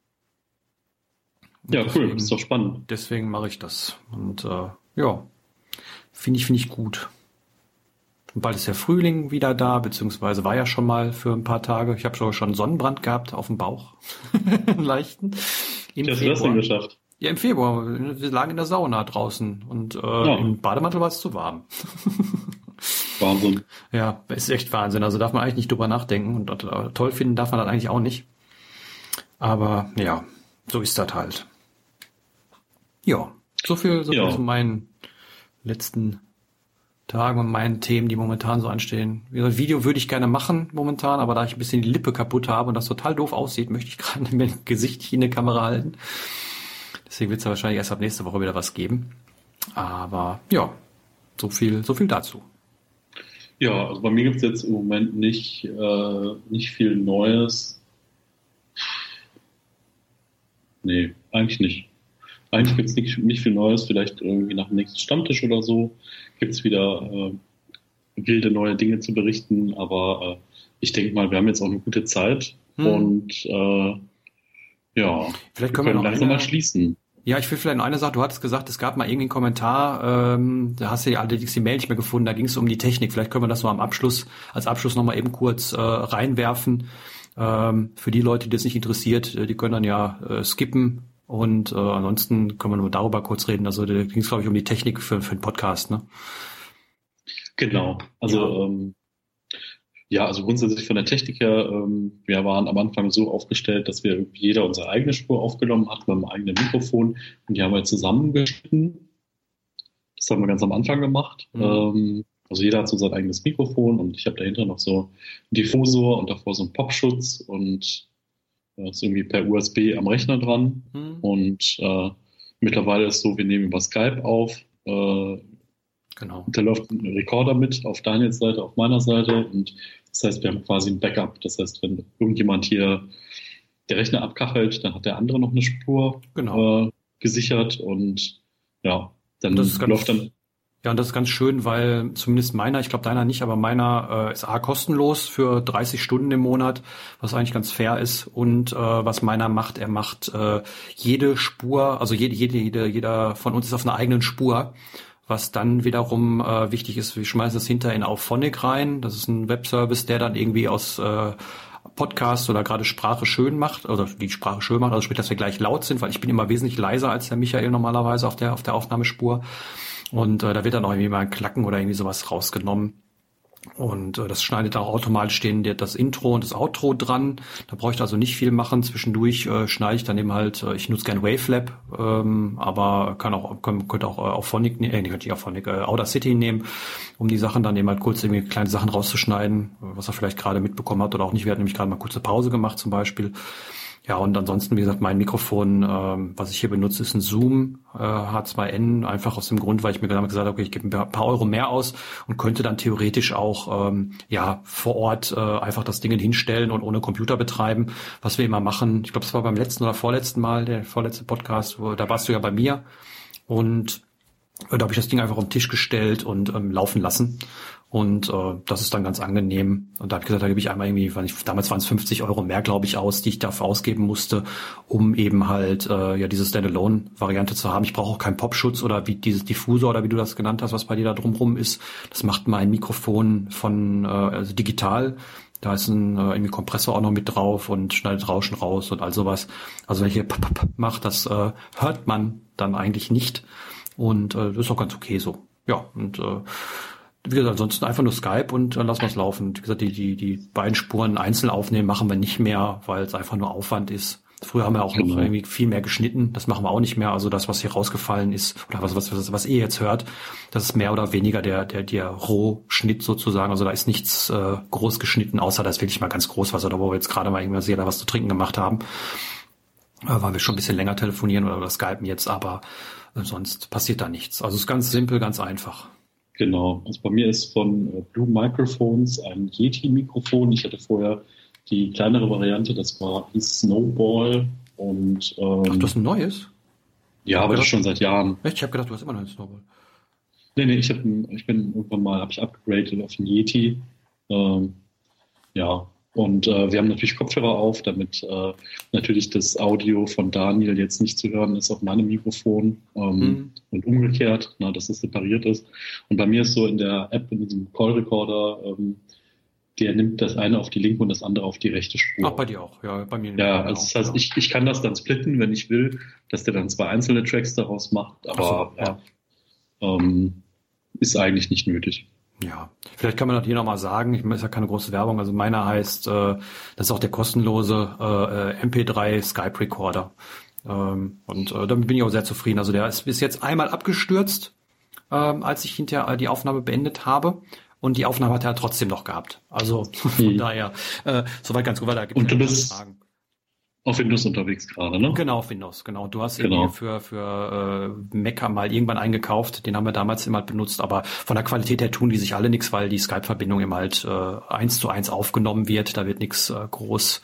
Und ja, deswegen, cool, das ist doch spannend. Deswegen mache ich das. Und äh, ja, finde ich, finde ich gut. Und bald ist der Frühling wieder da, beziehungsweise war ja schon mal für ein paar Tage. Ich habe schon einen Sonnenbrand gehabt auf dem Bauch. Einen leichten. Wie hast du das denn geschafft? Ja, im Februar. Wir lagen in der Sauna draußen und äh, ja. Im Bademantel war es zu warm. Wahnsinn. Ja, ist echt Wahnsinn. Also darf man eigentlich nicht drüber nachdenken und äh, toll finden darf man das eigentlich auch nicht. Aber ja, so ist das halt. Ja, so viel, so viel ja. zu meinen letzten Tagen und meinen Themen, die momentan so anstehen. Wie gesagt, Video würde ich gerne machen momentan, aber da ich ein bisschen die Lippe kaputt habe und das total doof aussieht, möchte ich gerade mein Gesicht hier in der Kamera halten. Deswegen wird es ja wahrscheinlich erst ab nächste Woche wieder was geben. Aber ja, so viel, so viel dazu. Ja, also bei mir gibt es jetzt im Moment nicht, äh, nicht viel Neues. Nee, eigentlich nicht. Eigentlich gibt es nicht, nicht viel Neues. Vielleicht irgendwie nach dem nächsten Stammtisch oder so gibt es wieder äh, wilde neue Dinge zu berichten. Aber äh, ich denke mal, wir haben jetzt auch eine gute Zeit. Hm. Und äh, ja, vielleicht können wir, wir noch langsam mal schließen. Ja, ich will vielleicht noch eine Sache. Du hattest gesagt, es gab mal irgendwie einen Kommentar, ähm, da hast du ja allerdings die Mail nicht mehr gefunden, da ging es um die Technik. Vielleicht können wir das noch am Abschluss, als Abschluss nochmal eben kurz äh, reinwerfen. Ähm, für die Leute, die das nicht interessiert, die können dann ja äh, skippen und äh, ansonsten können wir nur darüber kurz reden. Also da ging es, glaube ich, um die Technik für, für den Podcast, ne? Genau, also ja. ähm Ja, also grundsätzlich von der Technik her, ähm, wir waren am Anfang so aufgestellt, dass wir jeder unsere eigene Spur aufgenommen hat mit einem eigenen Mikrofon und die haben wir zusammengeschnitten. Das haben wir ganz am Anfang gemacht. Mhm. Ähm, also jeder hat so sein eigenes Mikrofon und ich habe dahinter noch so einen Diffusor und davor so einen Popschutz und das äh, ist irgendwie per U S B am Rechner dran. Mhm. Und äh, mittlerweile ist es so, wir nehmen über Skype auf. Äh, Genau. Da läuft ein Rekorder mit auf Daniels Seite, auf meiner Seite und das heißt, wir haben quasi ein Backup. Das heißt, wenn irgendjemand hier der Rechner abkachelt, dann hat der andere noch eine Spur genau. äh, gesichert und ja, dann das ist ganz, läuft dann. Ja, und das ist ganz schön, weil zumindest meiner, ich glaube deiner nicht, aber meiner äh, ist A kostenlos für dreißig Stunden im Monat, was eigentlich ganz fair ist. Und äh, was meiner macht, er macht äh, jede Spur, also jede, jede, jede, jeder von uns ist auf einer eigenen Spur, was dann wiederum äh, wichtig ist. Wir schmeißen das hinterher in Auphonic rein. Das ist ein Webservice, der dann irgendwie aus äh, Podcast oder gerade Sprache schön macht, oder die Sprache schön macht, also sprich, dass wir gleich laut sind, weil ich bin immer wesentlich leiser als der Michael normalerweise auf der auf der Aufnahmespur. Und äh, da wird dann auch irgendwie mal ein Klacken oder irgendwie sowas rausgenommen. Und äh, das schneidet auch automatisch stehen das Intro und das Outro dran. Da brauche ich also nicht viel machen. Zwischendurch äh, schneide ich dann eben halt, äh, ich nutze gern Wavelab, ähm, aber kann auch kann, könnte auch äh, Auphonic, äh, nicht Auphonic, äh, Audacity nehmen, um die Sachen dann eben halt kurz irgendwie kleine Sachen rauszuschneiden, was er vielleicht gerade mitbekommen hat oder auch nicht. Wir hatten nämlich gerade mal kurze Pause gemacht zum Beispiel. Ja, und ansonsten, wie gesagt, mein Mikrofon, ähm, was ich hier benutze, ist ein Zoom äh, H zwei N, einfach aus dem Grund, weil ich mir gesagt habe, okay, ich gebe ein paar Euro mehr aus und könnte dann theoretisch auch ähm, ja vor Ort äh, einfach das Ding hinstellen und ohne Computer betreiben, was wir immer machen. Ich glaube, es war beim letzten oder vorletzten Mal, der vorletzte Podcast, wo, da warst du ja bei mir und äh, da habe ich das Ding einfach auf den Tisch gestellt und ähm, laufen lassen. Und äh, das ist dann ganz angenehm. Und da habe ich gesagt, da gebe ich einmal irgendwie, weil ich, damals waren es fünfzig Euro mehr, glaube ich, aus, die ich dafür ausgeben musste, um eben halt äh, ja diese Standalone-Variante zu haben. Ich brauche auch keinen Popschutz oder wie dieses Diffusor oder wie du das genannt hast, was bei dir da drumrum ist. Das macht mein Mikrofon von äh, also digital. Da ist ein äh, irgendwie Kompressor auch noch mit drauf und schneidet Rauschen raus und all sowas. Also wenn ich hier p -p -p mache, das äh, hört man dann eigentlich nicht. Und äh, das ist auch ganz okay so. Ja, und äh, wie gesagt, ansonsten einfach nur Skype und dann lassen wir es laufen. Wie gesagt, die, die, die beiden Spuren einzeln aufnehmen machen wir nicht mehr, weil es einfach nur Aufwand ist. Früher haben wir auch genau. noch irgendwie viel mehr geschnitten. Das machen wir auch nicht mehr. Also das, was hier rausgefallen ist, oder was, was, was, was ihr jetzt hört, das ist mehr oder weniger der, der, der Rohschnitt sozusagen. Also da ist nichts äh, groß geschnitten, außer da ist wirklich mal ganz groß was, oder wo wir jetzt gerade mal irgendwas sehr da was zu trinken gemacht haben. Äh, weil wir schon ein bisschen länger telefonieren oder, oder skypen jetzt, aber äh, sonst passiert da nichts. Also es ist ganz simpel, ganz einfach. Genau, also bei mir ist von äh, Blue Microphones ein Yeti-Mikrofon. Ich hatte vorher die kleinere Variante, das war hieß Snowball. Und, ähm, Ach, du hast ein neues? Ja, aber das schon seit Jahren. Echt? Ich habe gedacht, du hast immer noch ein Snowball. Nee, nee, ich, hab, ich bin irgendwann mal, habe ich upgradet auf ein Yeti. Ähm, ja, und äh, wir haben natürlich Kopfhörer auf, damit äh, natürlich das Audio von Daniel jetzt nicht zu hören ist auf meinem Mikrofon ähm, mhm. und umgekehrt, na, dass es separiert ist. Und bei mir ist so in der App, in diesem Call Recorder, ähm, der nimmt das eine auf die linke und das andere auf die rechte Spur. Ach, bei dir auch, ja, bei mir. Ja, also das heißt, ich, ich kann das dann splitten, wenn ich will, dass der dann zwei einzelne Tracks daraus macht, aber so, ja, ja. Ähm, ist eigentlich nicht nötig. Ja, vielleicht kann man das hier nochmal sagen, ich meine, ist ja keine große Werbung, also meiner heißt, äh, das ist auch der kostenlose äh, M P drei Skype Recorder. Ähm, und äh, damit bin ich auch sehr zufrieden. Also der ist bis jetzt einmal abgestürzt, ähm, als ich hinterher die Aufnahme beendet habe. Und die Aufnahme hat er trotzdem noch gehabt. Also von mhm. daher, äh, soweit ganz gut, weil da gibt es ja Fragen. Auf Windows unterwegs gerade, ne? Genau, auf Windows, genau. Du hast genau. irgendwie für für äh, Mac mal irgendwann eingekauft, den haben wir damals immer benutzt, aber von der Qualität her tun die sich alle nichts, weil die Skype-Verbindung immer halt äh, eins zu eins aufgenommen wird. Da wird nichts äh, groß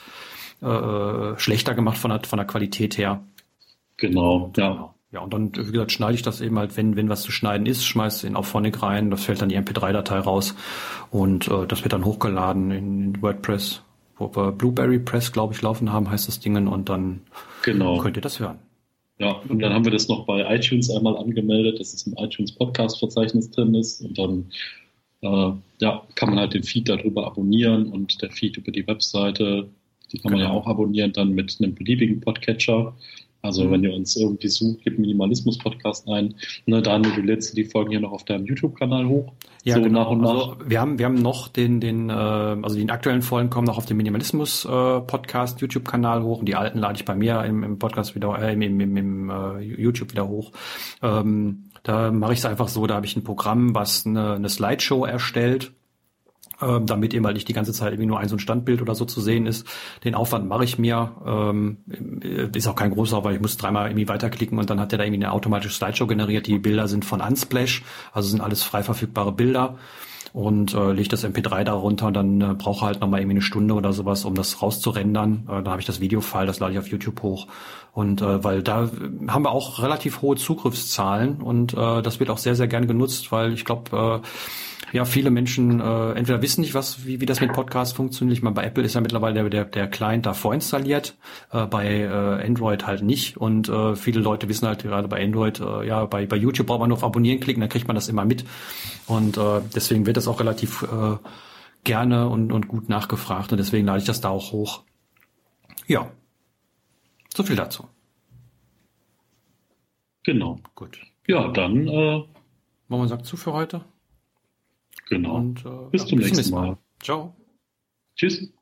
äh, schlechter gemacht von der, von der Qualität her. Genau, und, ja. Genau. Ja, und dann, wie gesagt, schneide ich das eben halt, wenn wenn was zu schneiden ist, schmeiß in Auphonic rein, das fällt dann die M P drei Datei raus und äh, das wird dann hochgeladen in, in WordPress, wo wir Blueberry Press, glaube ich, laufen haben, heißt das Ding, und dann genau. könnt ihr das hören. Ja, und dann haben wir das noch bei iTunes einmal angemeldet, dass es im iTunes Podcast-Verzeichnis drin ist und dann äh, ja, kann man halt den Feed darüber abonnieren und der Feed über die Webseite, die kann man genau. ja auch abonnieren dann mit einem beliebigen Podcatcher. Also mhm. wenn ihr uns irgendwie sucht, gebt Minimalismus-Podcast ein. Ne, Daniel, du lädst die Folgen hier noch auf deinem YouTube-Kanal hoch. Ja, so genau. nach und nach. Also wir haben, wir haben noch den, den, äh, also die aktuellen Folgen kommen noch auf dem Minimalismus-Podcast YouTube-Kanal hoch und die alten lade ich bei mir im, im Podcast wieder, äh, im, im, im, im äh, YouTube wieder hoch. Ähm, da mache ich es einfach so, da habe ich ein Programm, was eine, eine Slideshow erstellt, ähm, damit eben halt nicht die ganze Zeit irgendwie nur ein so ein Standbild oder so zu sehen ist. Den Aufwand mache ich mir. Ähm, ist auch kein großer, weil ich muss dreimal irgendwie weiterklicken und dann hat der da irgendwie eine automatische Slideshow generiert. Die Bilder sind von Unsplash, also sind alles frei verfügbare Bilder. und äh, lege das M P drei da runter und dann äh, brauche halt nochmal irgendwie eine Stunde oder sowas, um das rauszurendern. Äh, dann habe ich das Videofile, das lade ich auf YouTube hoch. Und äh, weil da haben wir auch relativ hohe Zugriffszahlen und äh, das wird auch sehr, sehr gern genutzt, weil ich glaube, äh, ja, viele Menschen äh, entweder wissen nicht, was wie, wie das mit Podcasts funktioniert. Ich meine, bei Apple ist ja mittlerweile der der, der Client da vorinstalliert, äh, bei äh, Android halt nicht. Und äh, viele Leute wissen halt gerade bei Android, äh, ja, bei bei YouTube braucht man nur auf Abonnieren klicken, dann kriegt man das immer mit. Und äh, deswegen wird das auch relativ äh, gerne und und gut nachgefragt. Und deswegen lade ich das da auch hoch. Ja, so viel dazu. Genau. Gut. Ja, dann äh, Machen wir sagt zu für heute. Genau. Und, äh, bis ja, zum bis nächsten Mal. Mal. Ciao. Tschüss.